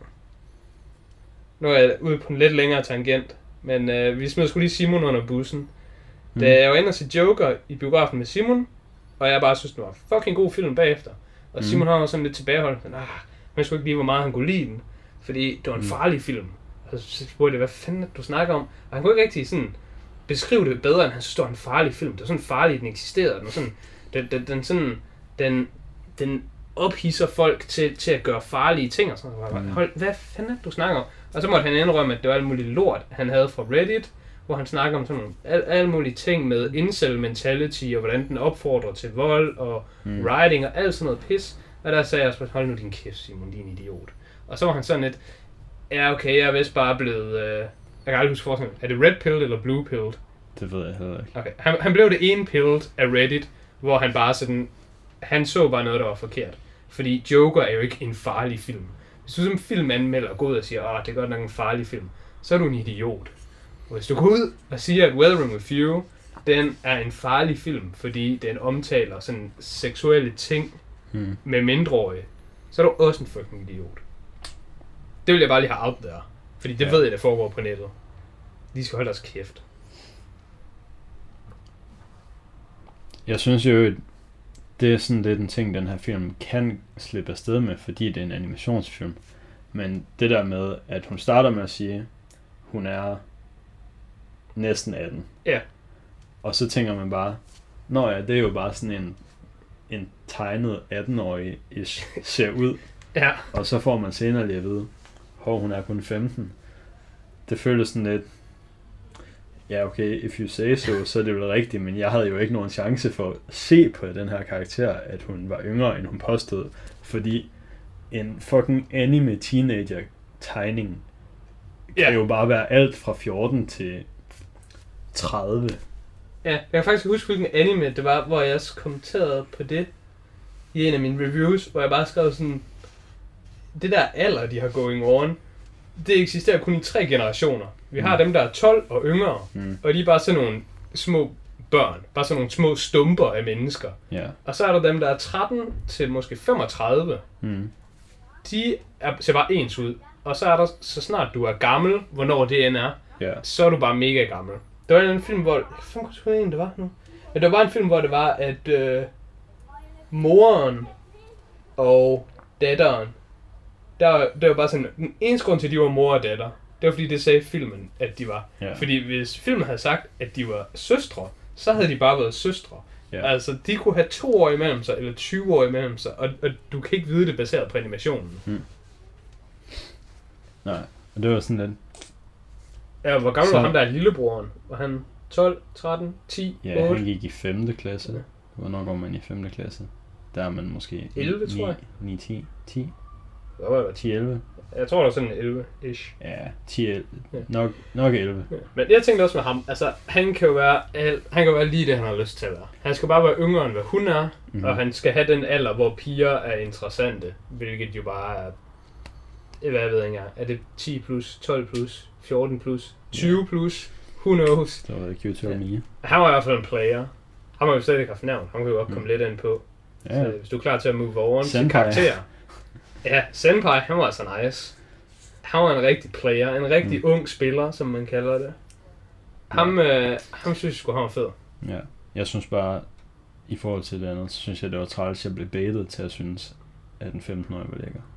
Nu er jeg ude på en lidt længere tangent. Men øh, vi smed sgu lige Simon under bussen. Mm. Da jeg var inde og se Joker i biografen med Simon. Og jeg bare synes, det var en fucking god film bagefter. Og mm. Simon har sådan lidt tilbageholdt. Ah, jeg skulle ikke lige, hvor meget han kunne lide den. Fordi det var en farlig film. Og så spurgte jeg, hvad fanden du snakker om? Og han kunne ikke rigtig sådan beskrive det bedre, end han synes, det var en farlig film. Det var sådan farlig, den eksisterede. Den, sådan, den, den, den, sådan, den, den ophidser folk til, til at gøre farlige ting. Og sådan. Mm. Hold, hvad fanden du snakker om? Og så måtte han indrømme, at det var alt muligt lort, han havde fra Reddit, hvor han snakker om sådan nogle al, alle mulige ting med incel mentality, og hvordan den opfordrer til vold, og mm. writing, og alt sådan noget pis. Og der sagde jeg også, hold nu din kæft, Simon, din idiot. Og så var han sådan lidt, ja okay, jeg er vist bare blevet, øh, jeg kan aldrig huske forskellen, er det red pilled eller blue pilled? Det ved jeg heller ikke. Okay, han, han blev det ene pilled af Reddit, hvor han bare sådan, han så bare noget, der var forkert. Fordi Joker er jo ikke en farlig film. Hvis du som filmanmelder går ud og siger, åh, det er godt nok en farlig film, så er du en idiot. Og hvis du går ud og siger, at Weathering with You den er en farlig film, fordi den omtaler sådan seksuelle ting Hmm. med mindreårige, så er du også en fucking idiot. Det vil jeg bare lige have out der. Fordi det ja. ved jeg, der foregår på nettet. De skal holde deres kæft. Jeg synes jo, det er sådan lidt en ting, den her film kan slippe afsted med, fordi det er en animationsfilm. Men det der med, at hun starter med at sige, hun er næsten atten. Ja. Og så tænker man bare, nå ja, det er jo bare sådan en, en tegnet atten-årig ish ser ud. Ja. Og så får man senere lige at vide, hov, hun er kun femten. Det føles sådan lidt, ja okay, if you say so, så er det vel rigtigt, men jeg havde jo ikke nogen chance for at se på den her karakter, at hun var yngre, end hun påstod, fordi en fucking anime teenager tegning kan Ja. jo bare være alt fra fjorten til tredive. Ja, jeg kan faktisk huske, hvilken anime det var, hvor jeg også kommenterede på det i en af mine reviews, hvor jeg bare skrev sådan, det der alder, de har going on, det eksisterer kun i tre generationer. Vi har Mm. dem, der er tolv og yngre, Mm. og de er bare sådan nogle små børn, bare sådan nogle små stumper af mennesker. Ja. Og så er der dem, der er tretten til måske femogtredive. Mm. De er, ser bare ens ud. Og så er der, så snart du er gammel, hvornår det end er, Ja. så er du bare mega gammel. Der var en film, hvor... Jeg fandt ikke, hvad det var nu. Men der var en film, hvor det var, at øh, moren og datteren, der, der var bare sådan... Den eneste grund til, at de var mor og datter, det var fordi, det sagde filmen, at de var. Ja. Fordi hvis filmen havde sagt, at de var søstre, så havde de bare været søstre. Ja. Altså, de kunne have to år imellem sig, eller tyve år imellem sig, og, og du kan ikke vide det baseret på animationen. Mm. Nej, og det var sådan lidt... Ja, hvor gammel Så- var ham der er lillebroren? Var han tolv, tretten, ti, Ja, otte? han gik i femte klasse. Hvornår går man i femte klasse? Der er man måske... elleve, tror jeg. ni, ti, ti, Hvad var det? ti, elleve. Jeg tror, det var sådan elleve-ish. Ja, ti, elleve. Ja. Nok, nok elleve. Ja. Men jeg tænkte også med ham, altså han kan jo være, al- han kan jo være lige det, han har lyst til at være. Han skal bare være yngre end hvad hun er, Mhm. mm-hmm. og han skal have den alder, hvor piger er interessante, hvilket jo bare er, hvad jeg ved ikke engang, er det ti plus, tolv plus, fjorten plus, tyve plus, who knows. Det var Q to Ja. Mia. Han var i hvert fald en player. Han har jo slet ikke haft navn, han kan jo godt komme Mm. lidt ind på. Ja, Så hvis du er klar til at move on til Senpai. karakter. Ja, Senpai, han var altså nice. Han var en rigtig player, en rigtig Mm. mm. ung spiller, som man kalder det. Ham, øh, ham synes jeg sgu, han var fed. ja. Jeg synes bare, i forhold til det andet, så synes jeg, det var træls, jeg blev baitet til at synes, at en femten-årig var lækker.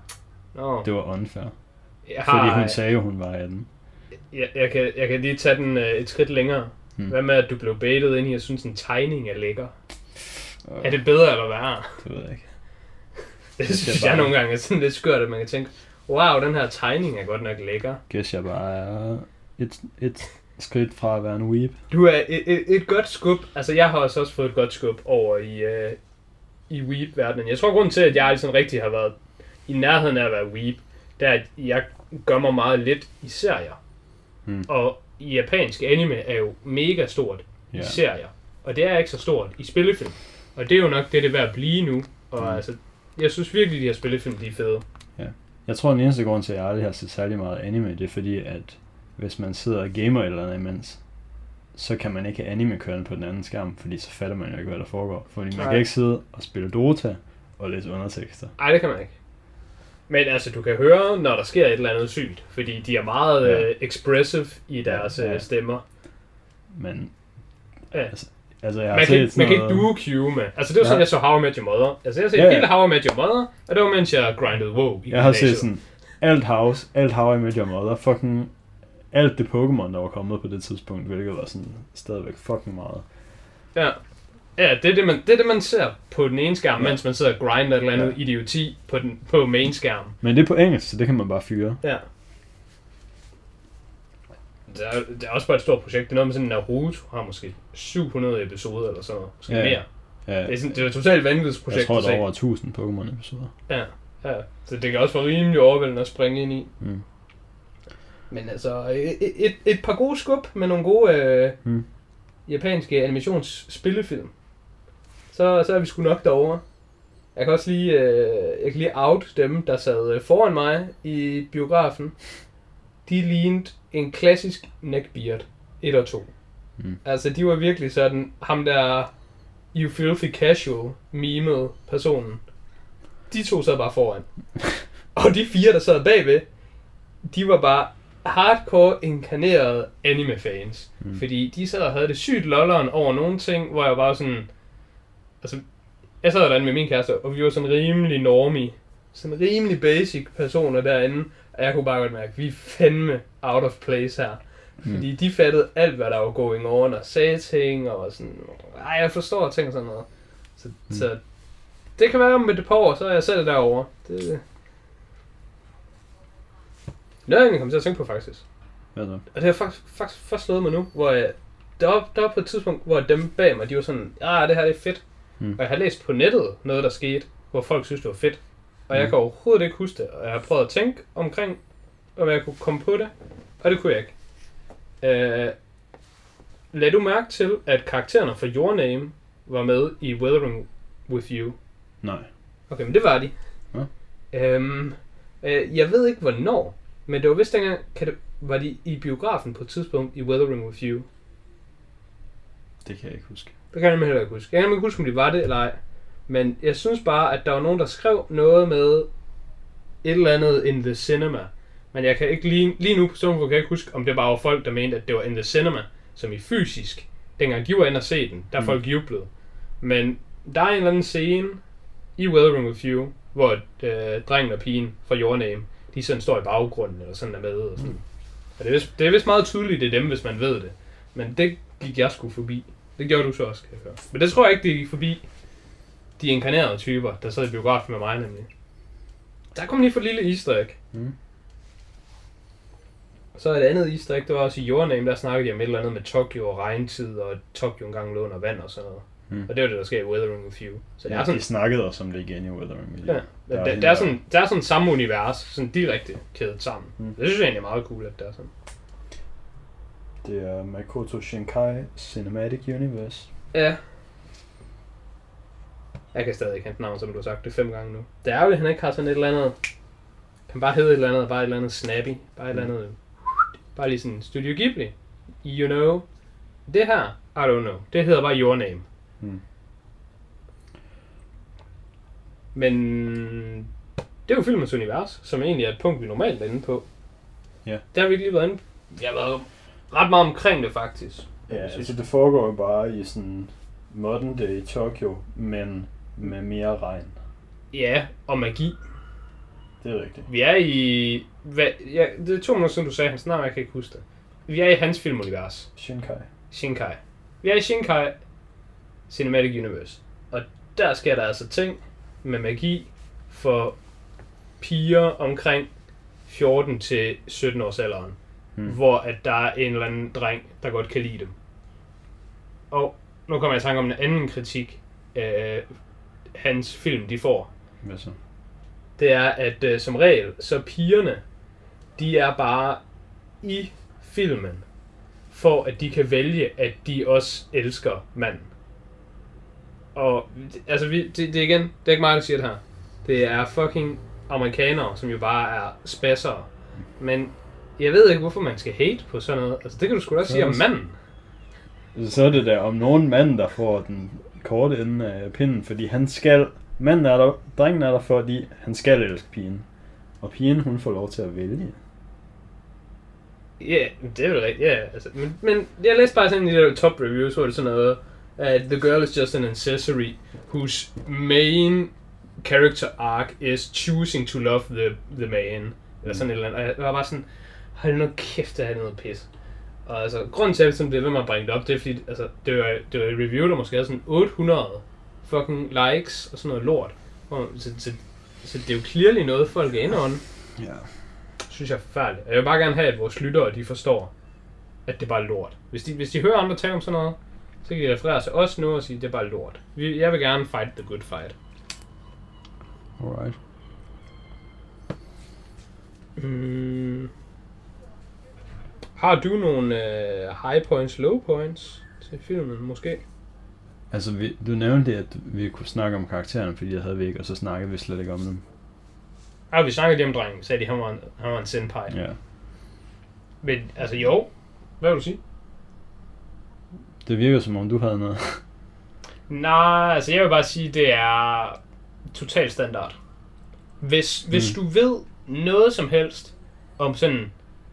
Nå, Det var unfair. jeg, Fordi har, hun sagde jo, hun var atten. jeg, jeg, kan, jeg kan lige tage den øh, et skridt længere. Hmm. Hvad med, at du blev baitet ind i, at synes, en tegning er lækker? Og, Er det bedre eller værre? det ved jeg ikke. Det Det synes skal jeg bare- nogle gange er sådan lidt skørt, at man kan tænke, wow, den her tegning er godt nok lækker. Gæs jeg bare er et, et skridt fra at være en weeb. Du er et, et, et godt skub. Altså, jeg har også fået et godt skub over i, øh, i weeb-verdenen. Jeg tror, grunden til, at jeg aldrig sådan rigtig har været i nærheden af at være weeb, det er, at jeg gør mig meget lidt i serier. Hmm. Og japansk anime er jo mega stort Ja. i serier. Og det er ikke så stort i spillefilm. Og det er jo nok det, det er ved at blive nu. Og Mm. altså, jeg synes virkelig, de her spillefilm, de er fede. Jeg tror, den eneste grund til, at jeg aldrig har set særlig meget anime, det er fordi, at hvis man sidder og gamer eller andet imens, så kan man ikke have anime kørende på den anden skærm, fordi så fatter man jo ikke, hvad der foregår. Fordi man Nej. kan ikke sidde og spille Dota og læse undertekster. Ej, det kan man ikke. Men altså, du kan høre, når der sker et eller andet sygt. Fordi de er meget Ja. ja. uh, expressive i deres Ja, ja. ja. uh, stemmer. Men Ja. altså, altså jeg har Man kan, set ikke- sådan man kan ikke noget... duo-queue med. Altså, det var sådan, Ja. jeg så How I Met Your Mother. Altså, jeg har set Ja, ja, ja. hele How I Met Your Mother, og det var, mens jeg grindede WoW i Jeg har set gymnasiet. sådan alt House, alt How I Met Your Mother, fucking alt det Pokémon, der var kommet på det tidspunkt, hvilket var sådan stadigvæk fucking meget. Ja. Ja, det er det, man, det er det, man ser på den ene skærm, Ja. ja. mens man sidder og grinder et eller andet Ja. ja. idioti på, den, på main skærm. Men det er på engelsk, så det kan man bare fyre. Ja. Det er, det er også bare et stort projekt. Det er noget med sådan, Naruto har måske syv hundrede episoder eller sådan noget. Måske Ja, ja. ja. mere. Ja, Det er, sådan, det er et totalt vanvittigt projekt. jeg tror, at der er se. over tusind Pokémon-episoder. Ja, ja. Så det kan også være rimelig overvældende at springe ind i. Mm. Men altså, et, et, et par gode skub med nogle gode øh, Mm. japanske animationsspillefilm. Så, så er vi sgu nok derovre. Jeg kan også lige, øh, jeg kan lige out dem, der sad øh, foran mig i biografen. De lignede en klassisk neckbeard. Et og to. Mm. Altså, de var virkelig sådan, ham der You Filthy Casual memede personen. De to sad bare foran. Og de fire, der sad bagved, de var bare hardcore inkarnerede anime-fans. Mm. Fordi de sad og havde det sygt lolleren over nogle ting, hvor jeg var sådan... Altså, jeg sad derinde med min kæreste, og vi var sådan rimelig normie. Sådan rimelig basic personer derinde. Og jeg kunne bare godt mærke, at vi er fandme out of place her. Mm. Fordi de fattede alt, hvad der var going on, og sagde ting, og sådan... Ej, jeg forstår ting og sådan noget. Så, mm. så det kan være om et par år, så er jeg selv derovre. Det... Noget, jeg kom til at tænke på, faktisk. Hvad så? Og det har faktisk, faktisk først slået mig nu, hvor jeg... Der var, der var på et tidspunkt, hvor dem bag mig, de var sådan... Ja, det her det er fedt. Mm. Og jeg har læst på nettet noget, der skete, hvor folk synes, det var fedt. Og mm. jeg kan overhovedet ikke huske det. Og jeg har prøvet at tænke omkring, om jeg kunne komme på det. Og det kunne jeg ikke. Uh, lad du mærke til, at karaktererne fra Your Name var med i Weathering with You? Nej. Okay, men det var de. Ja. Um, uh, jeg ved ikke, hvornår. Men det var vist dengang, kan det, var de i biografen på et tidspunkt i Weathering with You? Det kan jeg ikke huske. Det kan jeg heller ikke huske. Jeg kan ikke huske, om de var det eller ej. Men jeg synes bare, at der var nogen, der skrev noget med et eller andet in the cinema. Men jeg kan ikke lige, lige nu på sådan kan jeg ikke huske, om det bare var folk, der mente, at det var in the cinema, som i fysisk. Dengang de var inde og se den, der mm. folk jublede. Men der er en eller anden scene i Weathering with You, hvor øh, drengen og pigen fra Your Name, de sådan står i baggrunden, eller sådan er med. Og, sådan. Mm. Og det, er vist, det er vist meget tydeligt, det er dem, hvis man ved det. Men det gik jeg sgu forbi. Det gjorde du så også, kan jeg høre. Men det tror jeg ikke, det gik forbi de inkarnerede typer, der sad i biografen med mig nemlig. Der kom lige for et lille easter egg. Mm. Så et andet easter egg, det var også i Your Name, der snakkede jeg om et eller andet med Tokyo og regntid, og Tokyo engang lå under vand og sådan noget. Mm. Og det var det, der sker i Weathering with You. Så det ja, er sådan, de snakkede også om det igen i Weathering with You. Ja, der, der, der, er sådan, der er sådan samme univers, sådan direkte kædet sammen. Mm. Det synes jeg egentlig er meget cool, at det er sådan. Det er Makoto Shinkai Cinematic Universe. Ja. Jeg kan stadig ikke hente navn, som du har sagt det fem gange nu. Det er jo, at han ikke har sådan et eller andet... Kan bare hedde et eller andet, bare et eller andet snappy. Bare et mm. eller andet... Bare lige sådan Studio Ghibli. You know. Det her, I don't know. Det hedder bare Your Name. Mm. Men... Det er jo filmens univers, som egentlig er et punkt, vi normalt er inde på. Ja. Yeah. Der har vi ikke lige været inde... Jeg har været ret meget omkring det, faktisk. Ja, altså det foregår jo bare i sådan... modern day Tokyo, men med mere regn. Ja, og magi. Det er rigtigt. Vi er i... Hvad, ja, det er to minutter siden, du sagde hans navn, jeg kan ikke huske det. Vi er i hans filmunivers. Shinkai. Shinkai. Vi er i Shinkai Cinematic Universe. Og der sker der altså ting med magi for piger omkring fjorten til sytten års alderen. Hmm. Hvor at der er en eller anden dreng, der godt kan lide dem. Og nu kommer jeg i tanke om en anden kritik, øh, hans film de får. Hvad så? Det er, at øh, som regel, så pigerne, de er bare i filmen, for at de kan vælge, at de også elsker manden. Og altså, vi, det, det er igen, det er ikke mig, der siger det her. Det er fucking amerikanere, som jo bare er spassere. Men jeg ved ikke, hvorfor man skal hate på sådan noget. Altså, det kan du sgu da også sige om manden. Så er det der om nogen mand, der får den korte ende af pinden, fordi han skal, manden er der, drengen er der, fordi han skal elske pigen. Og pigen, hun får lov til at vælge. Ja, yeah, det er vel rigtigt, ja. Yeah, altså, men, men jeg læste bare sådan en lille top reviews, hvor det sådan noget, at the girl is just an accessory, whose main character arc is choosing to love the, the man. Mm. Eller sådan et eller andet. Og jeg var bare sådan, hold nu kæft, det er noget pis. Og altså, grunden til, at jeg bliver ved med at bringe det op, det er fordi, altså, det var, det var et review, der måske havde sådan otte hundrede fucking likes og sådan noget lort. Og, så, så, så det er jo clearly noget, folk er inde on. Ja. Synes jeg er forfærdeligt. Jeg vil bare gerne have, at vores lyttere, de forstår, at det er bare lort. Hvis de, hvis de hører andre tale om sådan noget, så kan de referere til os nu og sige, at det er bare lort. Jeg vil gerne fight the good fight. Alright. Mm. Har du nogle uh, high points, low points til filmen, måske? Altså, vi, du nævnte, at vi kunne snakke om karaktererne, fordi det havde vi ikke, og så snakkede vi slet ikke om dem. Ja, vi snakkede lige om drengen, sagde de, han var en, han var en senpai. Ja. Men, altså jo, hvad vil du sige? Det virker som om du havde noget. Nej, altså jeg vil bare sige, det er total standard. Hvis, mm. hvis du ved noget som helst om sådan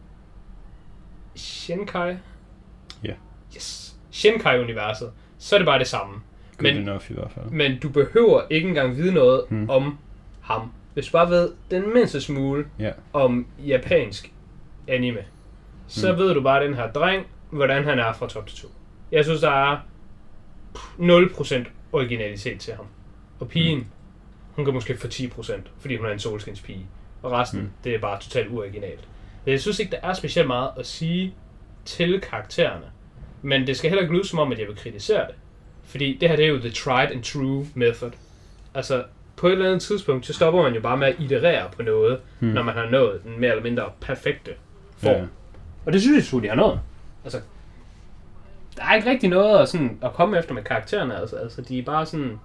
Shinkai, ja, yeah. yes, Shinkai-universet, så er det bare det samme. Good men, enough i hvert fald. Men du behøver ikke engang vide noget mm. om ham. Hvis du bare ved den mindste smule yeah. om japansk anime, så mm. ved du bare den her dreng, hvordan han er fra top til to. Jeg synes, der er nul procent originalitet til ham. Og pigen, mm. hun kan måske få ti procent, fordi hun er en solskinspige. Og resten, mm. det er bare totalt uoriginalt. Men jeg synes ikke, der er specielt meget at sige til karaktererne. Men det skal heller ikke lyde som om, at jeg vil kritisere det. Fordi det her, det er jo the tried and true method. Altså, på et eller andet tidspunkt, så stopper man jo bare med at iterere på noget, mm. når man har nået den mere eller mindre perfekte form. Ja. Og det synes jeg, de har nået. Altså, der er ikke rigtig noget at, sådan, at komme efter med karaktererne. Altså, altså, de er bare sådan...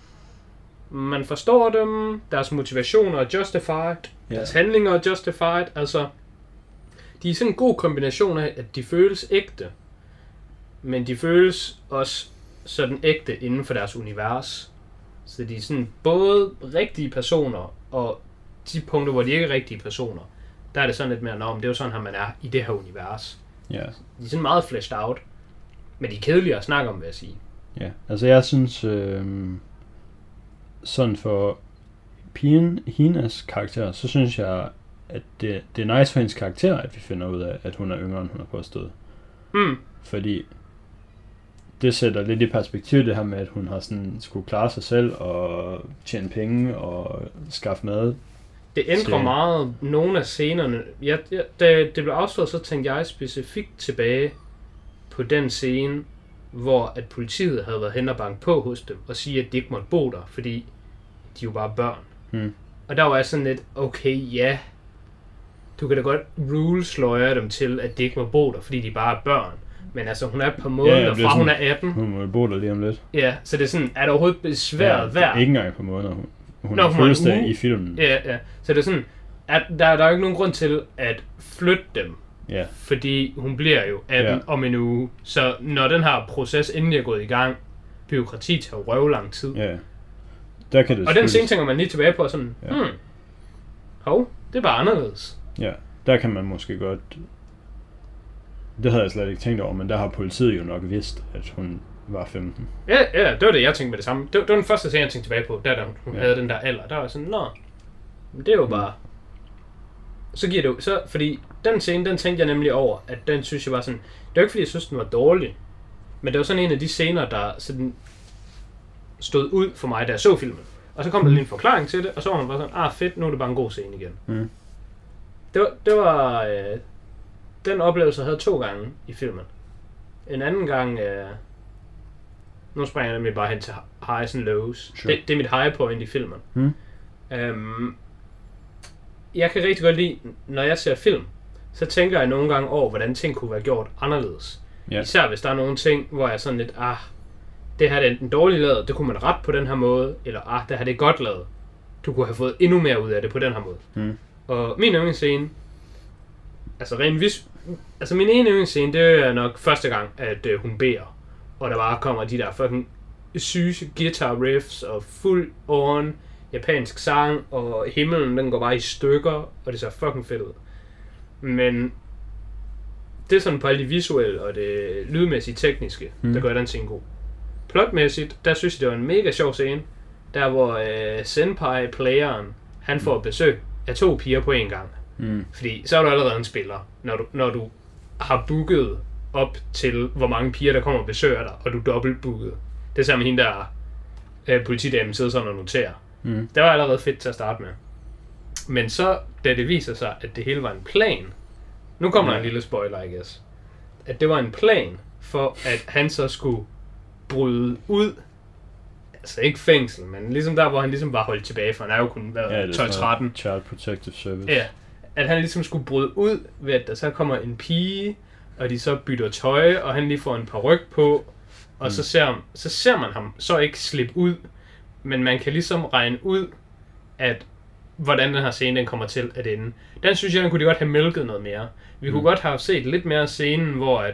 Man forstår dem, deres motivationer er justified, yeah. deres handlinger er justified. Altså, de er sådan en god kombination af, at de føles ægte, men de føles også sådan ægte inden for deres univers. Så de er sådan både rigtige personer, og de punkter, hvor de ikke er rigtige personer, der er det sådan lidt mere, nå, men det er jo sådan, at man er i det her univers. Yeah. De er sådan meget fleshed out, men de er kedelige at snakke om, vil jeg sige. Ja, altså jeg synes, øh, sådan for pigen, Hinas karakter, så synes jeg, at det, det er nice for hendes karakter, at vi finder ud af, at hun er yngre, end hun har påstået. Mm. Fordi det sætter lidt i perspektiv det her med, at hun har sådan skulle klare sig selv og tjene penge og skaffe mad. Det ændrer til... meget nogle af scenerne. Jeg, jeg, da det blev afsløret, så tænkte jeg specifikt tilbage på den scene, hvor at politiet havde været hen og banke på hos dem og sige, at de ikke måtte bo der, fordi de jo bare er børn. Hmm. Og der var jeg sådan lidt, okay, ja, du kan da godt rulesløje dem til, at de ikke må bo der, fordi de bare er børn. Men altså, hun er et par måneder, ja, fra sådan, hun er atten. Hun må bo der lige om lidt. Ja, så det er sådan, er det overhovedet besværet ja, værd? Ikke engang på måneder. Hun, hun har fødselsdag i filmen. Ja, ja. Så det er sådan, at der, der er jo ikke nogen grund til at flytte dem. Ja. Fordi hun bliver jo atten ja. om en uge. Så når den her proces endelig er gået i gang, bureaukrati tager jo røv lang tid. Ja. Der kan det og den scene tænker man lige tilbage på sådan, ja. hmm, hov, det er bare anderledes. Ja, der kan man måske godt... Det havde jeg slet ikke tænkt over, men der har politiet jo nok vidst, at hun var femten. Ja, ja, det var det, jeg tænkte med det samme. Det, det var den første scene, jeg tænkte tilbage på, der, da hun, hun ja. havde den der alder. Der var sådan, nå, det er jo bare... Så giver det jo... Så, fordi den scene, den tænkte jeg nemlig over, at den synes jeg var sådan... Det var ikke fordi, jeg synes, den var dårlig. Men det var sådan en af de scener, der sådan stod ud for mig, da jeg så filmen. Og så kom der lige en forklaring til det, og så var man bare sådan, ah fedt, nu er det bare en god scene igen. Mm. Det var... Det var øh, den oplevelse jeg havde to gange i filmen. En anden gang... Øh, nu springer jeg nemlig bare hen til highs and lows. Sure. Det, det er mit high point i filmen. Mm. Øhm, jeg kan rigtig godt lide, når jeg ser film, så tænker jeg nogle gange over, hvordan ting kunne være gjort anderledes. Yeah. Især hvis der er nogle ting, hvor jeg sådan lidt, ah, det her er enten dårligt lavet, det kunne man ret på den her måde, eller ah, det her det er godt lavet. Du kunne have fået endnu mere ud af det på den her måde. Mm. Og min yndlingsscene, altså rent vis, altså min ene yndlingsscene, det er nok første gang, at øh, hun beder, og der bare kommer de der fucking syge guitar riffs og fuld on japansk sang, og himlen den går bare i stykker, og det ser fucking fedt ud. Men det er sådan på alle de visuelle og det lydmæssige tekniske, mm. der gør den scene god. Plotmæssigt, der synes jeg det var en mega sjov scene, der hvor øh, senpai-playeren, han får besøg af to piger på en gang. Mm. Fordi så er du allerede en spiller, når du, når du har booket op til, hvor mange piger der kommer og besøger dig, og du er dobbelt booket. Det er sammen hende der øh, politidamen sidder sådan og noterer. Mm. Det var allerede fedt til at starte med. Men så, da det viser sig, at det hele var en plan, nu kommer der en lille spoiler, I guess, at det var en plan for, at han så skulle bryde ud, altså ikke fængsel, men ligesom der, hvor han ligesom var holdt tilbage, for han er jo kun været ja, tolv tretten. Child Protective Service. Ja, at han ligesom skulle bryde ud, ved at der så kommer en pige, og de så bytter tøj, og han lige får en paryk på, og mm. så, ser, så ser man ham så ikke slippe ud, men man kan ligesom regne ud, at hvordan den her scene den kommer til at ende. Den synes jeg, den kunne de godt have mælket noget mere. Vi mm. kunne godt have set lidt mere scenen, hvor at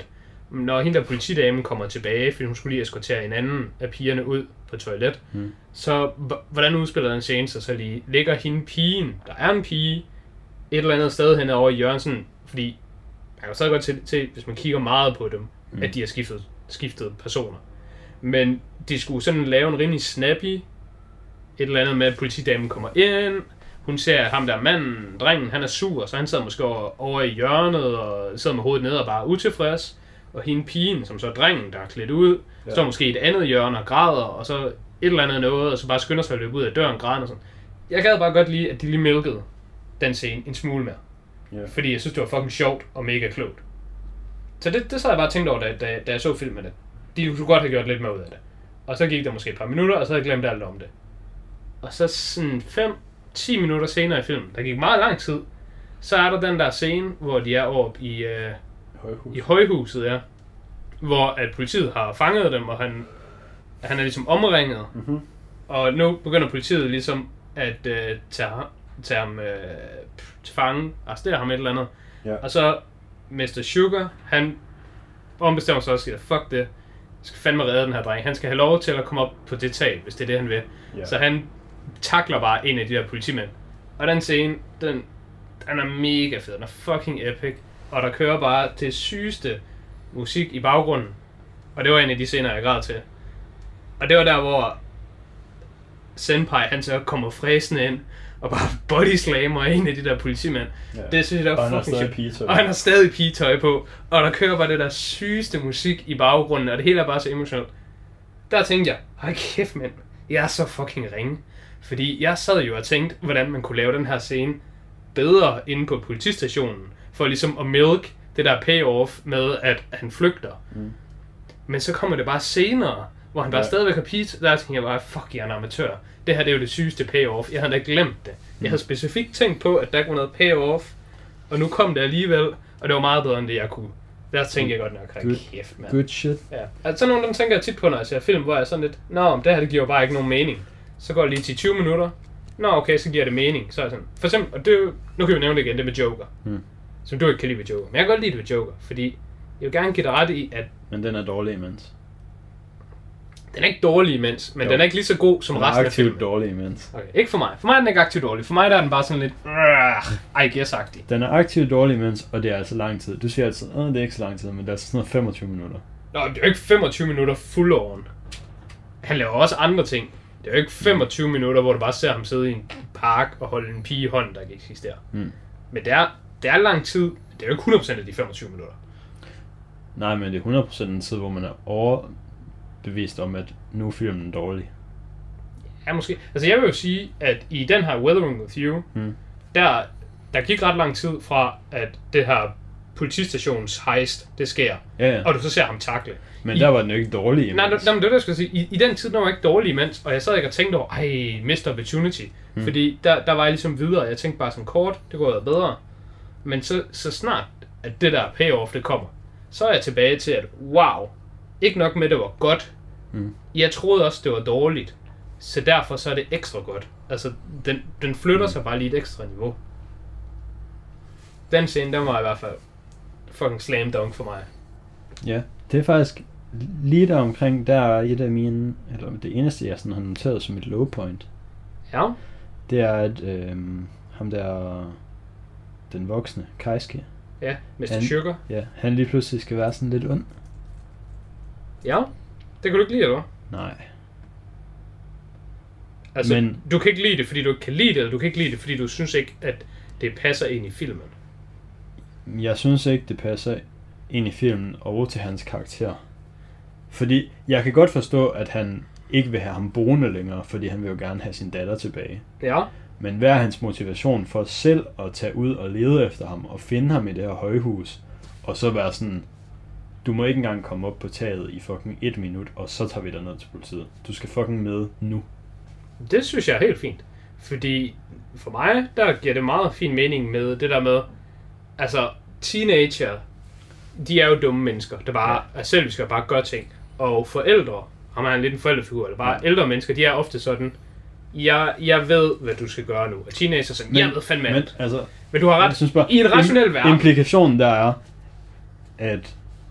når hende der politidamen kommer tilbage, fordi hun skulle lige eskortere en anden af pigerne ud på toilet, mm. så hvordan udspiller den scene sig så lige? Ligger hende pigen, der er en pige, et eller andet sted henne over i Jørgensen, fordi jeg kan jo stadig godt til, til, hvis man kigger meget på dem, mm. at de har skiftet, skiftet personer. Men de skulle sådan lave en rimelig snappy, et eller andet med, at politidamen kommer ind, hun ser ham der manden, drengen, han er sur, så han sidder måske over, over i hjørnet og sidder med hovedet ned og bare utilfreds. Og hende pigen, som så er drengen, der er klædt ud, ja. Så er måske et andet hjørne og græder, og så et eller andet noget, og så bare skynder sig at løbe ud af døren græder og sådan. Jeg gad bare godt lide, at de lige mælkede den scene en smule mere. Ja. Fordi jeg synes, det var fucking sjovt og mega klogt. Så det, det så jeg bare tænkt over, da, da, da jeg så filmen, at de kunne godt have gjort lidt mere ud af det. Og så gik der måske et par minutter, og så havde jeg glemt alt om det. Og så sådan fem ti minutter senere i filmen, der gik meget lang tid, så er der den der scene, hvor de er oppe i, øh, Højhus. i højhuset, ja. Hvor at politiet har fanget dem, og han, han er ligesom omringet. Mm-hmm. Og nu begynder politiet ligesom at øh, tage, tage ham øh, til fange, arrestere ham et eller andet. Ja. Og så mister Sugar, han ombestemmer sig også, at fuck det, jeg skal fandme redde den her dreng. Han skal have lov til at komme op på det tag, hvis det er det, han vil. Ja. Så han takler bare en af de der politimænd. Og den scene, den, den er mega fed, den er fucking epic. Og der kører bare det sygeste musik i baggrunden. Og det var en af de scener, jeg græd til. Og det var der, hvor Senpai, han så kommer fræsende ind og bare bodyslammer en af de der politimænd. Ja. Det synes jeg, der er fucking fucking sjovt. Og han har stadig pigetøj på. Og der kører bare det der sygeste musik i baggrunden, og det hele er bare så emotionelt. Der tænkte jeg, hold kæft mand, jeg er så fucking ringe. Fordi jeg sad jo og tænkte, hvordan man kunne lave den her scene bedre inde på politistationen, for ligesom at milk det der payoff med, at han flygter. Mm. Men så kommer det bare senere, hvor han bare ja. stadigvæk har pige, der tænker jeg bare, fuck, jeg er en amatør. Det her, det er jo det sygeste payoff. Jeg havde da glemt det. Mm. Jeg havde specifikt tænkt på, at der var noget payoff, og nu kom det alligevel, og det var meget bedre, end det jeg kunne. Der tænkte jeg godt nok, hold kæft, mand. Good shit. Ja. Altså, nogle af dem tænker jeg tit på, når jeg ser film, hvor jeg er sådan lidt, nå, det her, det giver bare ikke nogen mening. Så går det lige til tyve minutter. Nå, okay, så giver det mening. Så er jeg sådan, for eksempel, og det, nu kan vi nævne det igen, det med Joker. Mm. Som du ikke kan lide ved Joker. Men jeg kan godt lide det ved Joker, fordi jeg vil gerne give dig ret i, at... Men den er dårlig imens. Den er ikke dårlig imens, men jo. Den er ikke lige så god som resten af filmen. Den er aktivt dårlig imens. Okay, ikke for mig. For mig er den ikke aktivt dårlig. For mig der er den bare sådan lidt... I guess-agtig. Den er aktivt dårlig imens, og det er altså lang tid. Du siger altid, at det er ikke så lang tid, men det er altså sådan noget femogtyve minutter. Nå, det er jo ikke femogtyve minutter full on. Han laver også andre ting. Det er jo ikke femogtyve mm. minutter, hvor du bare ser ham sidde i en park og holde en pige i hånden, der ikke eksisterer. Mm. Men det er, det er lang tid. Det er jo ikke hundrede procent af de femogtyve minutter. Nej, men det er hundrede procent en tid, hvor man er overbevist om, at nu er filmen dårlig. Ja, måske. Altså, jeg vil jo sige, at i den her Weathering with You, mm. der, der gik ret lang tid fra, at det her politistations heist, det sker. Ja, ja. Og du så ser ham takle. Men I, der var den jo ikke dårlig imens. Nej, nej, men det var det, jeg skulle sige. I, I den tid, der var ikke dårlig imens, og jeg sad ikke og tænkte over, ej, missed opportunity. Mm. Fordi der, der var jeg ligesom videre, jeg tænkte bare sådan kort, det kunne have været bedre. Men så, så snart, at det der payoff, det kommer, så er jeg tilbage til, at wow, ikke nok med, det var godt. Mm. Jeg troede også, det var dårligt. Så derfor så er det ekstra godt. Altså, den, den flytter mm. sig bare lige et ekstra niveau. Den scene, den var i hvert fald fucking slam dunk for mig. Ja, det er faktisk lige der omkring, der er et af mine, eller det eneste, jeg sådan har noteret som et low point. Ja. Det er, at øh, ham der, den voksne, Keisuke. Ja, mister han, Sugar. Ja, han lige pludselig skal være sådan lidt ond. Ja, det kan du ikke lide, eller? Nej. Altså, men, du kan ikke lide det, fordi du ikke kan lide det, eller du kan ikke lide det, fordi du synes ikke, at det passer ind i filmen. Jeg synes ikke, det passer ind i filmen og til hans karakter. Fordi jeg kan godt forstå, at han ikke vil have ham boende længere, fordi han vil jo gerne have sin datter tilbage. Ja. Men hvad er hans motivation for selv at tage ud og lede efter ham og finde ham i det her højhus, og så være sådan, du må ikke engang komme op på taget i fucking et minut, og så tager vi dig ned til politiet. Du skal fucking med nu. Det synes jeg er helt fint. Fordi for mig, der giver det meget fin mening med det der med, altså teenager, de er jo dumme mennesker, der bare ja. er selviske og bare gør ting. Og forældre, har man lidt en forældrefigur, eller bare ja. ældre mennesker, de er ofte sådan, jeg, jeg ved, hvad du skal gøre nu. Og teenager sådan, jeg ved fandme alt. Men, altså, men du har ret, bare, i en rationel verden. Implikationen der er, at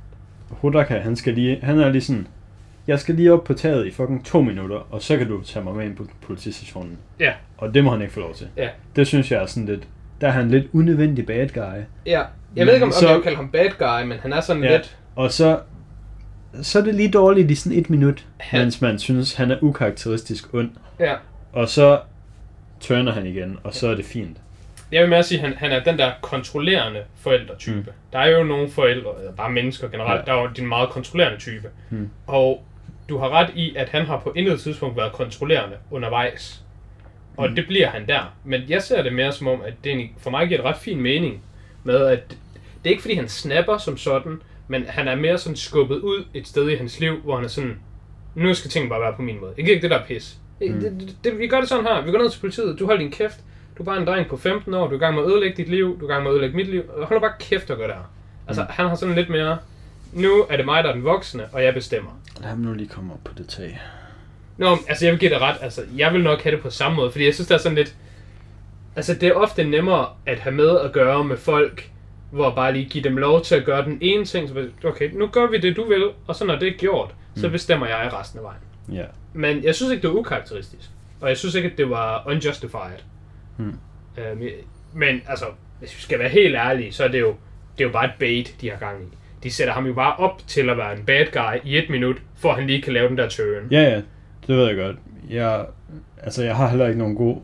Hodaka, han skal lige, han er lige sådan, jeg skal lige op på taget i fucking to minutter, og så kan du tage mig med ind på politistationen. Ja. Og det må han ikke få lov til. Ja. Det synes jeg er sådan lidt, der er han lidt unødvendig bad guy. Ja, jeg men ved ikke, om, så, om jeg vil kalde ham bad guy, men han er sådan ja, lidt... Og så, så er det lige dårligt i sådan et minut, han... mens man synes, han er ukarakteristisk ond. Ja. Og så turner han igen, og så er det fint. Jeg vil mere sige, at han, han er den der kontrollerende forældretype. Mm. Der er jo nogle forældre, eller bare mennesker generelt, ja. Der er jo din meget kontrollerende type. Mm. Og du har ret i, at han har på intet tidspunkt været kontrollerende undervejs. Og mm. det bliver han der. Men jeg ser det mere som om, at det for mig giver det ret fin mening med, at det er ikke fordi han snapper som sådan, men han er mere sådan skubbet ud et sted i hans liv, hvor han er sådan, nu skal tingene bare være på min måde. Jeg giver ikke det der pis. Mm. Det, det, det, vi gør det sådan her. Vi går ned til politiet. Du holder din kæft. Du er bare en dreng på femten år. Du er i gang med at ødelægge dit liv. Du er i gang med at ødelægge mit liv. Hold nu bare kæft og gør det her. Altså, mm. han har sådan lidt mere, nu er det mig, der er den voksne, og jeg bestemmer. Lad ham nu lige komme op på det tag. Nå, altså jeg vil give det ret. Altså, jeg vil nok have det på samme måde, fordi jeg synes, det er sådan lidt... Altså, det er ofte nemmere at have med at gøre med folk, hvor bare lige give dem lov til at gøre den ene ting. Så okay, nu gør vi det, du vil, og så når det er gjort, så mm. bestemmer jeg resten af vejen. Ja. Men jeg synes ikke, det var ukarakteristisk. Og jeg synes ikke, at det var unjustified. Hmm. Øhm, men altså, hvis vi skal være helt ærlige, så er det jo, det er jo bare et bait, de har gang i. De sætter ham jo bare op til at være en bad guy i et minut, for at han lige kan lave den der turn. Ja, ja, det ved jeg godt. Jeg, altså, jeg har heller ikke nogen god...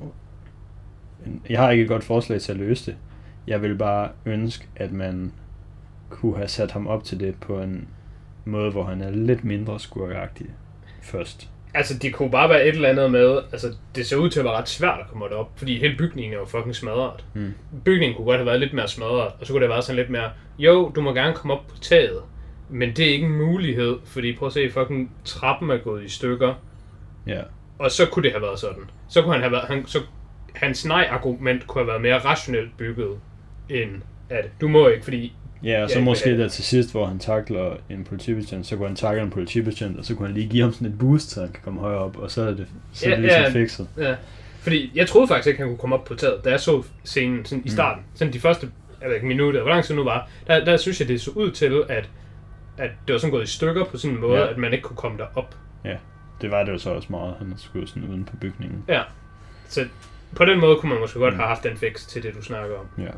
Jeg har ikke et godt forslag til at løse det. Jeg vil bare ønske, at man kunne have sat ham op til det på en måde, hvor han er lidt mindre skurkagtig først. Altså, det kunne bare være et eller andet med, altså, det ser ud til at være ret svært at komme derop, fordi hele bygningen er jo fucking smadret. Mm. Bygningen kunne godt have været lidt mere smadret, og så kunne det have været sådan lidt mere, jo, du må gerne komme op på taget, men det er ikke en mulighed, fordi prøv at se, fucking trappen er gået i stykker. Ja. Yeah. Og så kunne det have været sådan. Så kunne han have været, han, så, hans nej-argument kunne have været mere rationelt bygget, end at du må ikke, fordi... Ja, og så måske der til sidst, hvor han takler en politibetjent, så kunne han takle en politibetjent, og så kunne han lige give ham sådan et boost, så han kan komme højere op, og så er det, så er det ja, ligesom ja, fikset. Ja, fordi jeg troede faktisk ikke, han kunne komme op på taget, da jeg så scenen sådan i starten. Mm. Sådan de første, jeg ved ikke, minutter, hvor lang tid nu var, der, der synes jeg, det så ud til, at, at det var sådan gået i stykker på sådan en måde, ja. At man ikke kunne komme derop. Ja, det var det jo så også meget, han skulle sådan uden på bygningen. Ja, så på den måde kunne man måske godt mm. have haft den fix til det, du snakker om. Ja.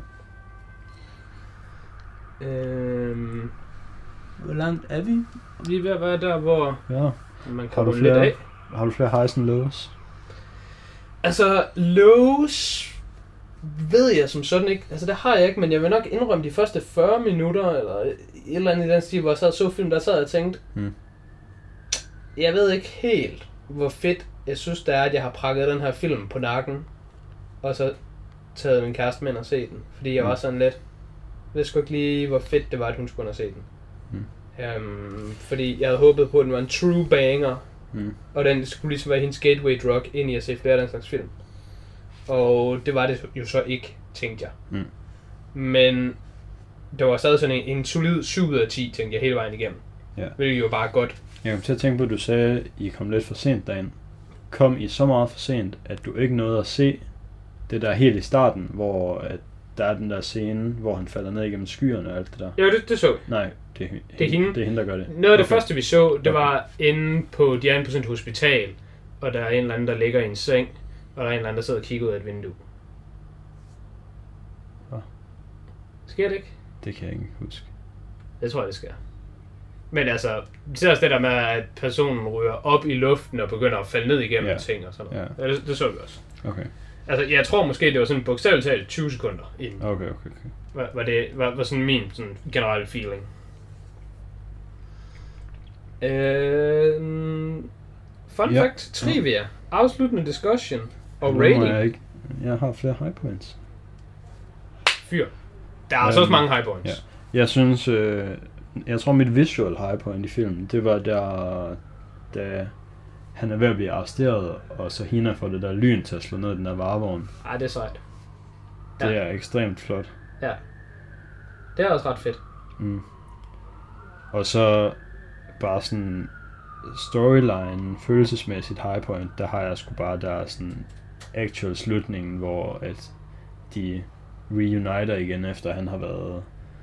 Øhm, hvor langt er vi? Vi er ved at være der, hvor ja. Man kan rulle lidt af. Har du flere highs end lows? Altså, lows ved jeg som sådan ikke. Altså, det har jeg ikke, men jeg vil nok indrømme de første fyrre minutter, eller et eller andet i den stil, hvor jeg sad og så film, der sad jeg og tænkte, hmm. jeg ved ikke helt, hvor fedt jeg synes, det er, at jeg har prakket den her film på nakken, og så taget min kæreste med og se den. Fordi jeg hmm. var sådan lidt, jeg ved sgu ikke lige, hvor fedt det var, at hun skulle have set den. Hmm. Um, fordi jeg havde håbet på, at den var en true banger, hmm. og den skulle ligesom være hendes gateway drug ind i at se flere af den slags film. Og det var det jo så ikke, tænkte jeg. Hmm. Men det var stadig sådan en, en solid syv ud af ti, tænkte jeg hele vejen igennem. Ja. Hvilket jo bare godt. Jeg kom til at tænke på, at du sagde, at I kom lidt for sent derind. Kom I så meget for sent, at du ikke nåede at se det der helt i starten, hvor at der er den der scene, hvor han falder ned igennem skyerne og alt det der? Jo, det, det så vi. Nej, det er, det er hende. Det er hende, der gør det. Noget af det okay. første, vi så, det var inde på, de er inde på sådan et hospital, og der er en eller anden, der ligger i en seng, og der er en eller anden, der sidder og kigger ud af et vindue. Hvad? Sker det ikke? Det kan jeg ikke huske. Det tror jeg, det sker. Men altså, det er også det der med, at personen ryger op i luften og begynder at falde ned igennem yeah. ting og sådan noget. Yeah. Ja, det, det så vi også. Okay. Altså, jeg tror måske, det var sådan bogstaveligt talt tyve sekunder inden. Okay, okay, okay. Var, var det var, var sådan min sådan generelle feeling. Øh, fun ja. fact, trivia, ja. Afsluttende discussion og nu rating. Jeg, ikke, jeg har flere high points. Fyr. Der er um, altså også mange high points. Ja. Jeg synes, øh, jeg tror mit visual high point i filmen, det var der, da han er ved at blive arresteret, og så hende får det der lyn til at slå ned i den der varevogn. Ej, det er sejt. Ja. Det er ekstremt flot. Ja. Det er også ret fedt. Mm. Og så bare sådan storyline, følelsesmæssigt high point, der har jeg sgu bare der sådan actual slutningen, hvor at de reuniter igen, efter han har været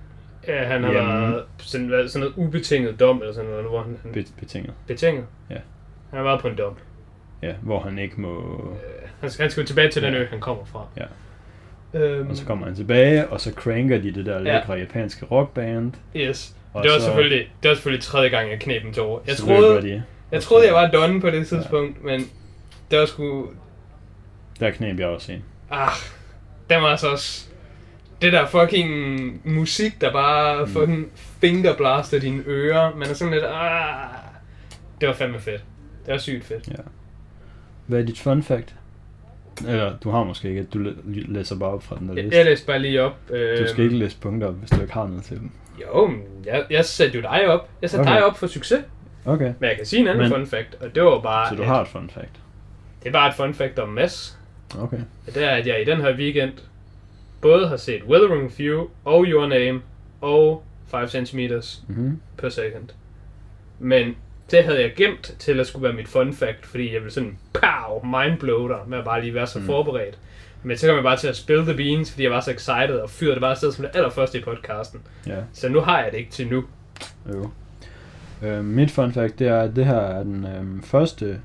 Ja, han har Jamen. været sådan, hvad, sådan noget ubetinget dom, eller sådan noget, hvor han... han Be- betinget. betinget? Ja. Han har været på en dom. Ja, hvor han ikke må... Øh, han, skal, han skal jo tilbage til den Ja. ø, han kommer fra. Ja. Øhm, Og så kommer han tilbage, og så cranker de det der lækre ja. japanske rockband. Yes. Og Det var, så- selvfølgelig, det var selvfølgelig tredje gang, jeg knep dem til over. Jeg så troede, løber de. jeg troede, jeg var done på det tidspunkt, ja. men det var sgu... Der knep jeg også en. Ah, den var altså også... Det der fucking musik, der bare mm. fucking fingerblaster dine ører. Man er sådan lidt... Ah, det var fandme fedt. Det var sygt fedt. Ja. Hvad er dit fun fact? Eller, du har måske ikke, du læ- læser bare op fra den der Jeg, liste. jeg læste bare lige op. Øh, Du skal ikke læse punkter op, hvis du ikke har noget til dem. Jo, men jeg, jeg satte jo dig op. Jeg satte Okay. dig op for succes. Okay. Men jeg kan sige en anden Men- fun fact, og det var bare... Så du at- har et fun fact? Det er bare et fun fact om Mads. Okay. Det er, at jeg i den her weekend både har set Weathering with You og Your Name og five centimeters Mhm. per second. Men det havde jeg gemt til at skulle være mit fun fact, fordi jeg ville sådan, pow, mindblow dig med at bare lige være så Mm. forberedt. Men så kom jeg bare til at spille the beans, fordi jeg var så excited og fyrede det bare afsted som det allerførste i podcasten. Ja. Så nu har jeg det ikke til nu. Jo. Øh, mit fun fact, det er, at det her er den øh, første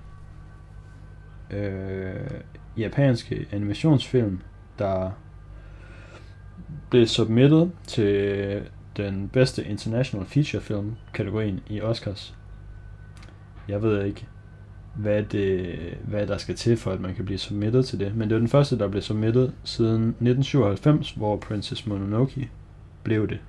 øh, japanske animationsfilm, der blev submittet til den bedste international feature film kategorien i Oscars. Jeg ved ikke, hvad, det, hvad der skal til for, at man kan blive submittet til det, men det er den første, der blev submittet siden nitten syvoghalvfems, hvor Princess Mononoke blev det.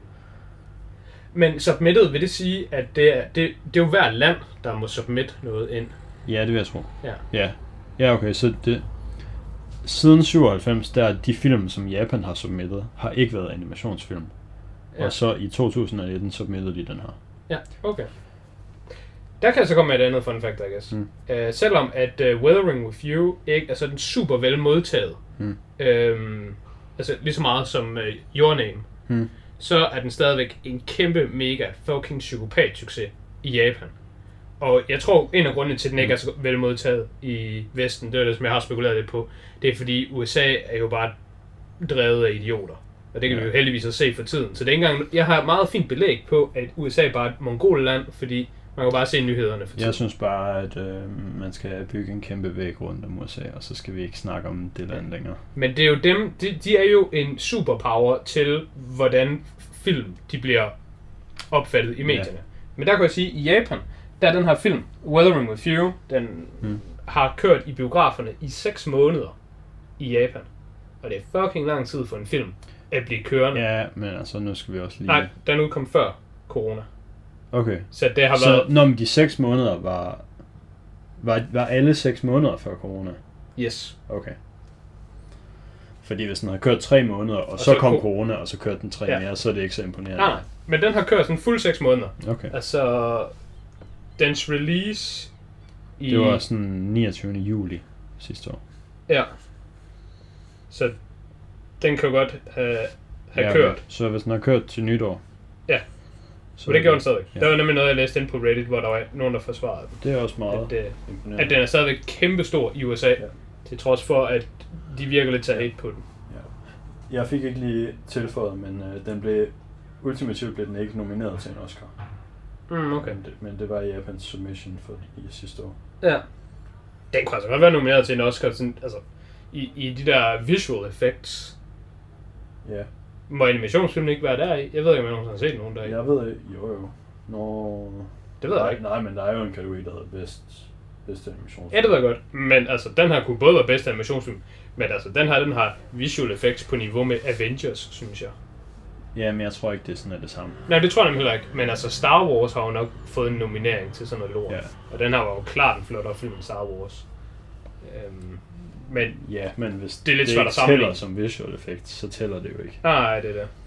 Men submitted, vil det sige, at det er, det, det er jo hver land, der må submit noget ind. Ja, det vil jeg tro. Ja. Ja, ja okay, så det... Siden syvoghalvfems, der er de film, som Japan har submittet, har ikke været animationsfilm. Ja. Og så i to tusind og nitten submittede de den her. Ja, okay. Der kan jeg så komme med et andet fun fact, I guess. Mm. Uh, selvom at uh, Weathering with You ikke er sådan super vel modtaget, Mm. øhm, altså lige så meget som uh, Your Name, Mm. så er den stadigvæk en kæmpe, mega fucking psykopat-succes i Japan. Og jeg tror, en af grundene til, at den ikke er så vel modtaget i Vesten, det er det, som jeg har spekuleret lidt på, det er fordi U S A er jo bare drevet af idioter. Og det kan ja. vi jo heldigvis også se for tiden. Så det er ikke engang, jeg har meget fint belæg på, at U S A er bare et mongoland, fordi man kan bare se nyhederne for tiden. Jeg synes bare, at øh, man skal bygge en kæmpe væg rundt om U S A, og så skal vi ikke snakke om det land længere. Men det er jo dem, de, de er jo en superpower til, hvordan film de bliver opfattet i medierne. Ja. Men der kan jeg sige, at i Japan, der er den her film, Weathering with You, den Mm. har kørt i biograferne i seks måneder i Japan. Og det er fucking lang tid for en film at blive kørende. Ja, men altså, nu skal vi også lige... Nej, den udkom før corona. Okay. Så det har Så været... når de seks måneder var... Var, var alle seks måneder før corona? Yes. Okay. Fordi hvis den har kørt tre måneder, og, og så, så kom ko- corona, og så kørte den tre Ja. mere, så er det ikke så imponerende. Nej, nej. Men den har kørt sådan fuld seks måneder. Okay. Altså, dens release i... Det var sådan niogtyvende juli sidste år. Ja. Så den kan godt have, have Ja, kørt. okay. Så hvis den har kørt til nytår. Ja. Så Så det gjorde den stadigvæk. Ja. Der var nemlig noget, jeg læste ind på Reddit, hvor der var nogen, der forsvarede den. Det er også meget At, øh, imponerende. at den er stadigvæk kæmpestor i U S A, Ja. til trods for, at de virker lidt til at hate på den. Ja. Jeg fik ikke lige tilføjet, men øh, den blev ultimativt blev den ikke nomineret til en Oscar. Mm, okay. Men, det, men det var Japans submission for i sidste år. Ja. Den kunne altså godt være nomineret til en Oscar, sådan, altså, i, i de der visual effects. Ja. Må animationsfilmen ikke være der i? Jeg ved ikke, om jeg nogensinde har set nogen der i. Jeg ved ikke, jo jo. Nå... Det ved jeg nej, ikke. Nej, men der er jo en kategori, der hedder bedst, bedste animation. Ja, det ved jeg godt. Men altså, den her kunne både være bedste animationsfilm, men altså, den her, den har visual effects på niveau med Avengers, synes jeg. Ja, men jeg tror ikke, det er sådan er det samme. Nej, det tror jeg nemlig heller ikke. Men altså, Star Wars har jo nok fået en nominering til sådan noget lort. Ja. Og den her var jo klart en flottere film end Star Wars. Øhm, men Ja, men hvis Det er lidt det svært ikke at sammenligne. tæller som visual effect, så tæller det jo ikke. nej, det er det.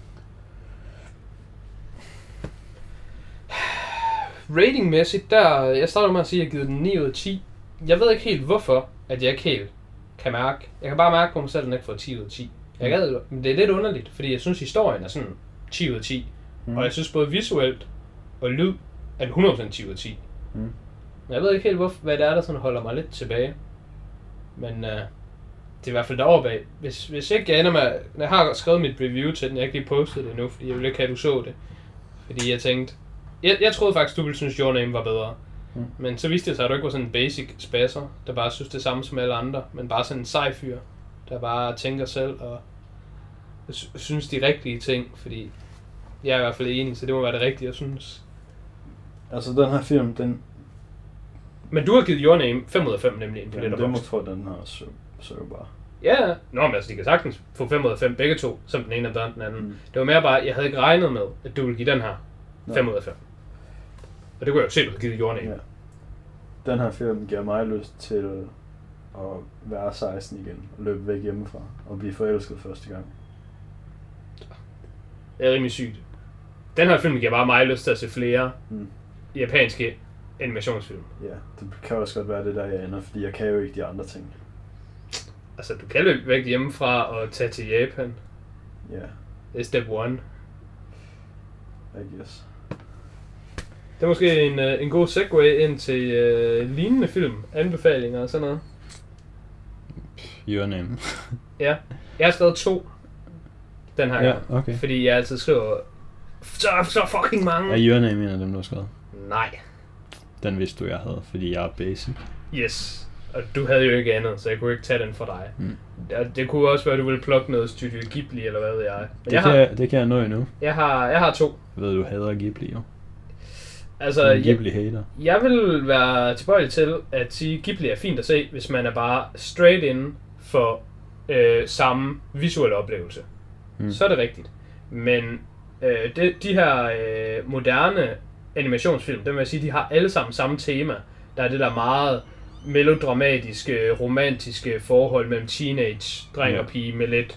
Ratingmæssigt, der, jeg starter med at sige, at jeg har givet den ni ud af ti. Jeg ved ikke helt hvorfor, at jeg ikke helt kan mærke. Jeg kan bare mærke på mig selv, at den ikke får ti ud af ti. Jeg gad, men det er lidt underligt, fordi jeg synes, historien er sådan ti ud af ti. Mm. Og jeg synes både visuelt og lyd er den hundrede procent ti ud af ti. Mm. Men jeg ved ikke helt, hvor, hvad det er, der sådan holder mig lidt tilbage. Men uh, det er i hvert fald deroppe af. Hvis, hvis ikke jeg ender med... Jeg har skrevet mit review til den, jeg har ikke lige postet det endnu, fordi jeg ville ikke have, at du så det. Fordi jeg tænkte... Jeg, jeg troede faktisk, du ville synes, Your Name var bedre. Mm. Men så viste det sig, at du ikke var sådan en basic spasser, der bare synes det samme som alle andre, men bare sådan en sej fyr, der bare tænker selv og synes de rigtige ting, fordi jeg er i hvert fald enig, så det må være det rigtige, jeg synes. Altså den her film, den... Men du har givet Your Name fem ud af fem nemlig på Letterboxd. Den må få den her, så, så bare... Ja, nå, men altså de kan sagtens få fem ud af fem begge to, som den ene og den anden. Mm. Det var mere bare, jeg havde ikke regnet med, at du ville give den her fem ud af fem. Og det kunne jeg jo se, at du havde givet Your Name. Ja. Den her film giver mig lyst til at være seksten igen og løbe væk hjemmefra og blive forelsket første gang. Det er rimelig sygt. Den her film giver bare mig lyst til at se flere mm. japanske animationsfilm. Ja, det kan også godt være det der, jeg ender, fordi jeg kan jo ikke de andre ting. Altså, du kan løbe væk hjemmefra og tage til Japan. Ja. Yeah. Det er step one. I guess. Det er måske en, en god segue ind til uh, lignende film, anbefalinger og sådan noget. Your Name. Ja, jeg har skrevet to den her ja, gang, okay. fordi jeg altid skriver så, så fucking mange. Er Your Name en af dem, du har skrevet? Nej. Den vidste du, jeg havde, fordi jeg er basic. Yes, og du havde jo ikke andet, så jeg kunne ikke tage den for dig. Mm. Det, det kunne også være, at du ville plukke noget Studio Ghibli, eller hvad ved jeg. Men det, jeg kan har, jeg, det kan jeg nå endnu. Jeg har, jeg har to. Jeg ved, du hader Ghibli, jo. Altså, Ghibli-hater. Jeg, jeg vil være tilbøjelig til at sige, Ghibli er fint at se, hvis man er bare straight in for øh, samme visuelle oplevelse. Mm. Så er det rigtigt. Men øh, de, de her øh, moderne animationsfilm, dem vil jeg sige, de har alle sammen samme tema. Der er det der meget melodramatiske, romantiske forhold mellem teenage, dreng og pige med lidt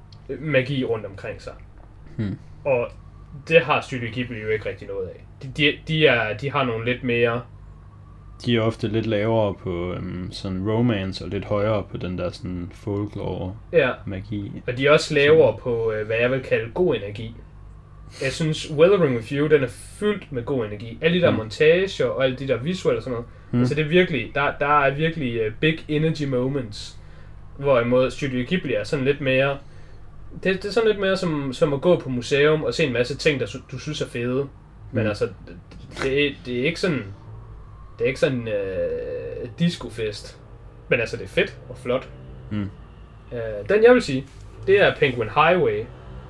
magi rundt omkring sig. Mm. Og det har Studio Ghibli jo ikke rigtig noget af. De, de, de, er, de har nogle lidt mere... De er ofte lidt lavere på um, sådan romance og lidt højere på den der sådan folklore ja. Magi. Og de er også lavere på, hvad jeg vil kalde god energi. Jeg synes, Weathering with You, den er fyldt med god energi. Alle de der mm. montager og alle de der visuelle og sådan noget. Mm. Altså det er virkelig, der, der er virkelig uh, big energy moments. Hvorimod Studio Ghibli er sådan lidt mere... Det, det er sådan lidt mere som, som at gå på museum og se en masse ting, der du synes er fede. Men mm. altså, det, det, er, det er ikke sådan... Det er ikke sådan en uh, discofest. Men altså, det er fedt og flot. Mm. Uh, den jeg vil sige, det er Penguin Highway.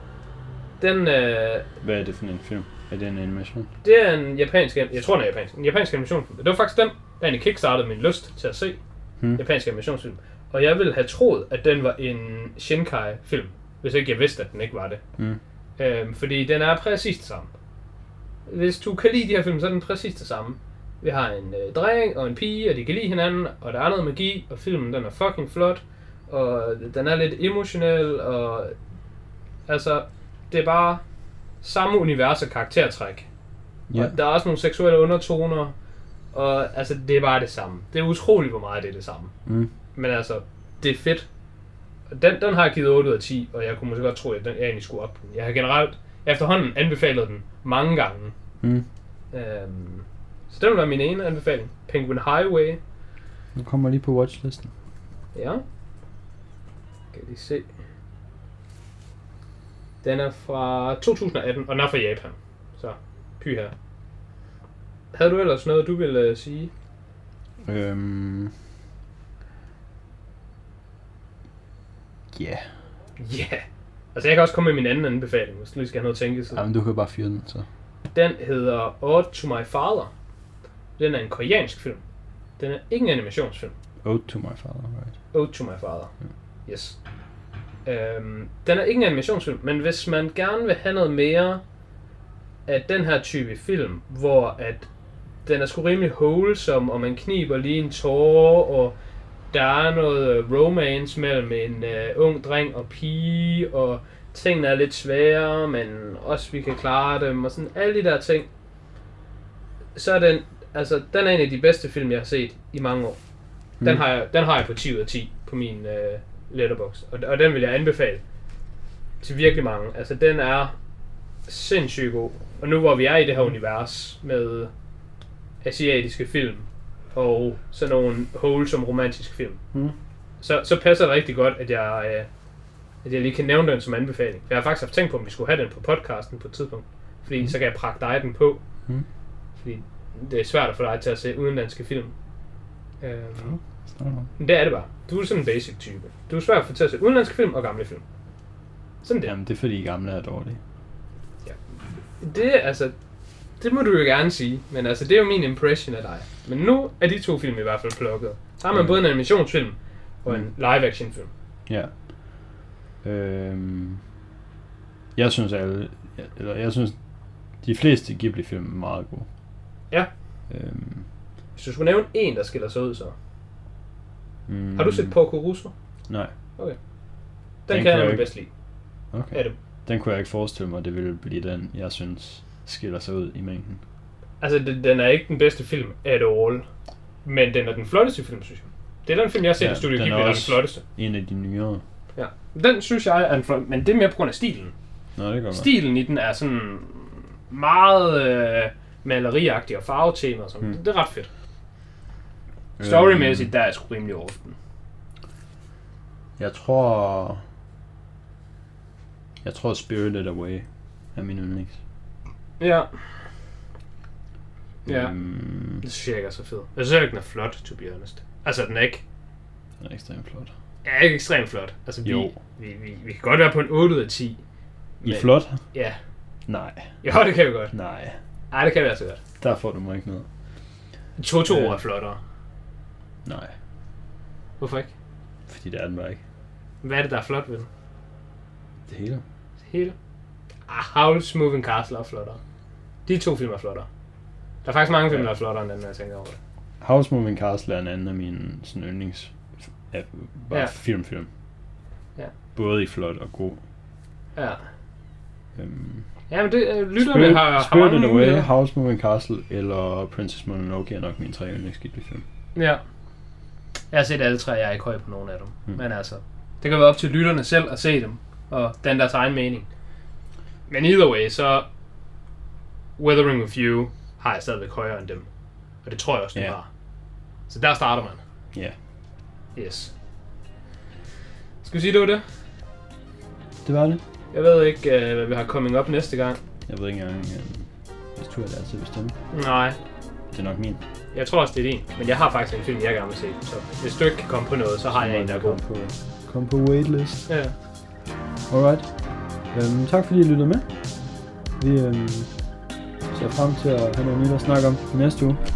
Den... Uh, Hvad er det for en film? Er det en animation? Det er en japansk... Jeg tror, den er japansk. En japansk animationsfilm. Det var faktisk den, der egentlig kickstartede min lyst til at se hmm. japansk animationsfilm. Og jeg ville have troet, at den var en Shinkai-film, hvis ikke jeg vidste, at den ikke var det. Mm. Øhm, fordi den er præcis det samme. Hvis du kan lide de her film, så er den præcis det samme. Vi har en øh, dreng og en pige, og de kan lide hinanden, og der er noget magi, og filmen den er fucking flot, og den er lidt emotionel, og altså, det er bare samme univers og karaktertræk. Yeah. Og der er også nogle seksuelle undertoner, og altså, det er bare det samme. Det er utroligt, hvor meget det er det samme. Mm. Men altså, det er fedt. Den, den har jeg givet otte ud af ti, og jeg kunne måske godt tro, at den, jeg egentlig skulle op. Jeg har generelt efterhånden anbefalet den mange gange. Mm. Øhm, så det vil være min ene anbefaling. Penguin Highway. Nu kommer lige på watchlisten. Ja. Kan I se. Den er fra to tusind og atten, og den er fra Japan. Så, py her. Havde du ellers noget, du ville uh, sige? Øhm... Ja. Yeah. Ja. Yeah. Altså jeg kan også komme med min anden anbefaling, hvis du lige skal have noget at tænke sig. Jamen du kan bare fyre den, så. Den hedder Ode to My Father. Den er en koreansk film. Den er ikke en animationsfilm. Ode to My Father, right? Ode to My Father, yeah. Yes. Øhm, den er ikke en animationsfilm, men hvis man gerne vil have noget mere af den her type film, hvor at den er sgu rimelig wholesome, og man kniber lige en tåre, og der er noget romance mellem en uh, ung dreng og pige, og tingene er lidt svære, men også vi kan klare dem, og sådan alle de der ting. Så er den, altså den er en af de bedste film, jeg har set i mange år. Mm. Den har jeg, den har jeg på ti ud af ti på min uh, Letterboxd, og, og den vil jeg anbefale til virkelig mange. Altså den er sindssygt god, og nu hvor vi er i det her univers med asiatiske film, og sådan nogle wholesome romantiske film, mm. så, så passer det rigtig godt, at jeg, øh, at jeg lige kan nævne den som anbefaling. For jeg har faktisk haft tænkt på, om vi skulle have den på podcasten på et tidspunkt. Fordi mm. så kan jeg prakke dig den på. Mm. Fordi det er svært at få dig til at se udenlandske film. Øhm, men det er det bare. Du er sådan en basic type. Du er svært at få til at se udenlandske film og gamle film. Sådan det. Jamen, det er fordi gamle er dårlige. Ja. Det er altså... Det må du jo gerne sige, men altså det er jo min impression af dig. Men nu er de to film i hvert fald plukket. Så har man mm. både en animationsfilm og en live-action film. Ja. Øhm, jeg synes alle, eller jeg synes de fleste Ghibli-film er meget gode. Ja. Øhm, Hvis du skulle nævne en, der skiller sig ud, så... Mm, har du set Porco Rosso? Nej. Okay. Den, den kan jeg nemlig bedst lide. Okay. Er det? Den kunne jeg ikke forestille mig, det ville blive den, jeg synes skiller sig ud i mængden. Altså, den, den er ikke den bedste film at all, men den er den flotteste film, synes jeg. Det er den film, jeg har set ja, i Studio Ghibli, der er den flotteste. En af de nyere. Ja, den synes jeg er en flot, men det er mere på grund af stilen. Nå, det gør Stilen i den er sådan meget øh, maleriagtig og farvetema og sådan. Hmm. Det, det er ret fedt. Storymæssigt, øhm, der er sgu rimelig over den. Jeg tror... Jeg tror Spirited Away er min yndlings. Ja. Ja. Øhm, det synes jeg ikke er så fed. Jeg synes ikke, den er flot, to be honest. Altså, den er ikke... Den er ekstremt flot. Ja, ikke ekstremt flot. Altså, vi, jo. Vi, vi, vi kan godt være på en otte ud af ti. I men, flot? Ja. Nej. Jo, det kan vi godt. Nej. Nej, det kan vi altså godt. Der får du mig ikke noget. Totoro øh. er flottere. Nej. Hvorfor ikke? Fordi det er den bare ikke. Hvad er det, der er flot ved den? Det hele. Det hele? Ah, Howl's Moving Castle er flottere. De to film er flottere. Der er faktisk mange film, ja. der er flottere end den, når jeg tænker over det. Howl's Moving Castle er en anden af mine sådan yndlings... Ja, bare ja. film-film. Ja. Både i flot og god. Ja. Øhm, ja, men det øh, lytterne Spirit, har... Spirited Away, Howl's Moving Castle eller Princess Mononoke er nok mine tre yndlings Ghibli-film. Ja. Jeg har set alle tre, jeg er ikke høj på nogen af dem. Hmm. Men altså, det kan være op til lytterne selv at se dem, og den deres egen mening. Men either way, så Weathering with You har jeg stadigvæk højere end dem. Og det tror jeg også, du yeah. har. Så der starter man. Ja. Yeah. Yes. Skal vi sige, det var det? Det var det. Jeg ved ikke, uh, hvad vi har coming up næste gang. Jeg ved ikke engang, uh, hvis du har lært til at bestemme. Nej. Det er nok min. Jeg tror også, det er din. Men jeg har faktisk en film, jeg gerne vil se. Så hvis du ikke kan komme på noget, så har jeg en, der er god. På, kom på waitlist. Ja. Alright. Øhm, tak fordi I lyttede med. Vi øhm, ser frem til at have noget nyt at snakke om næste uge.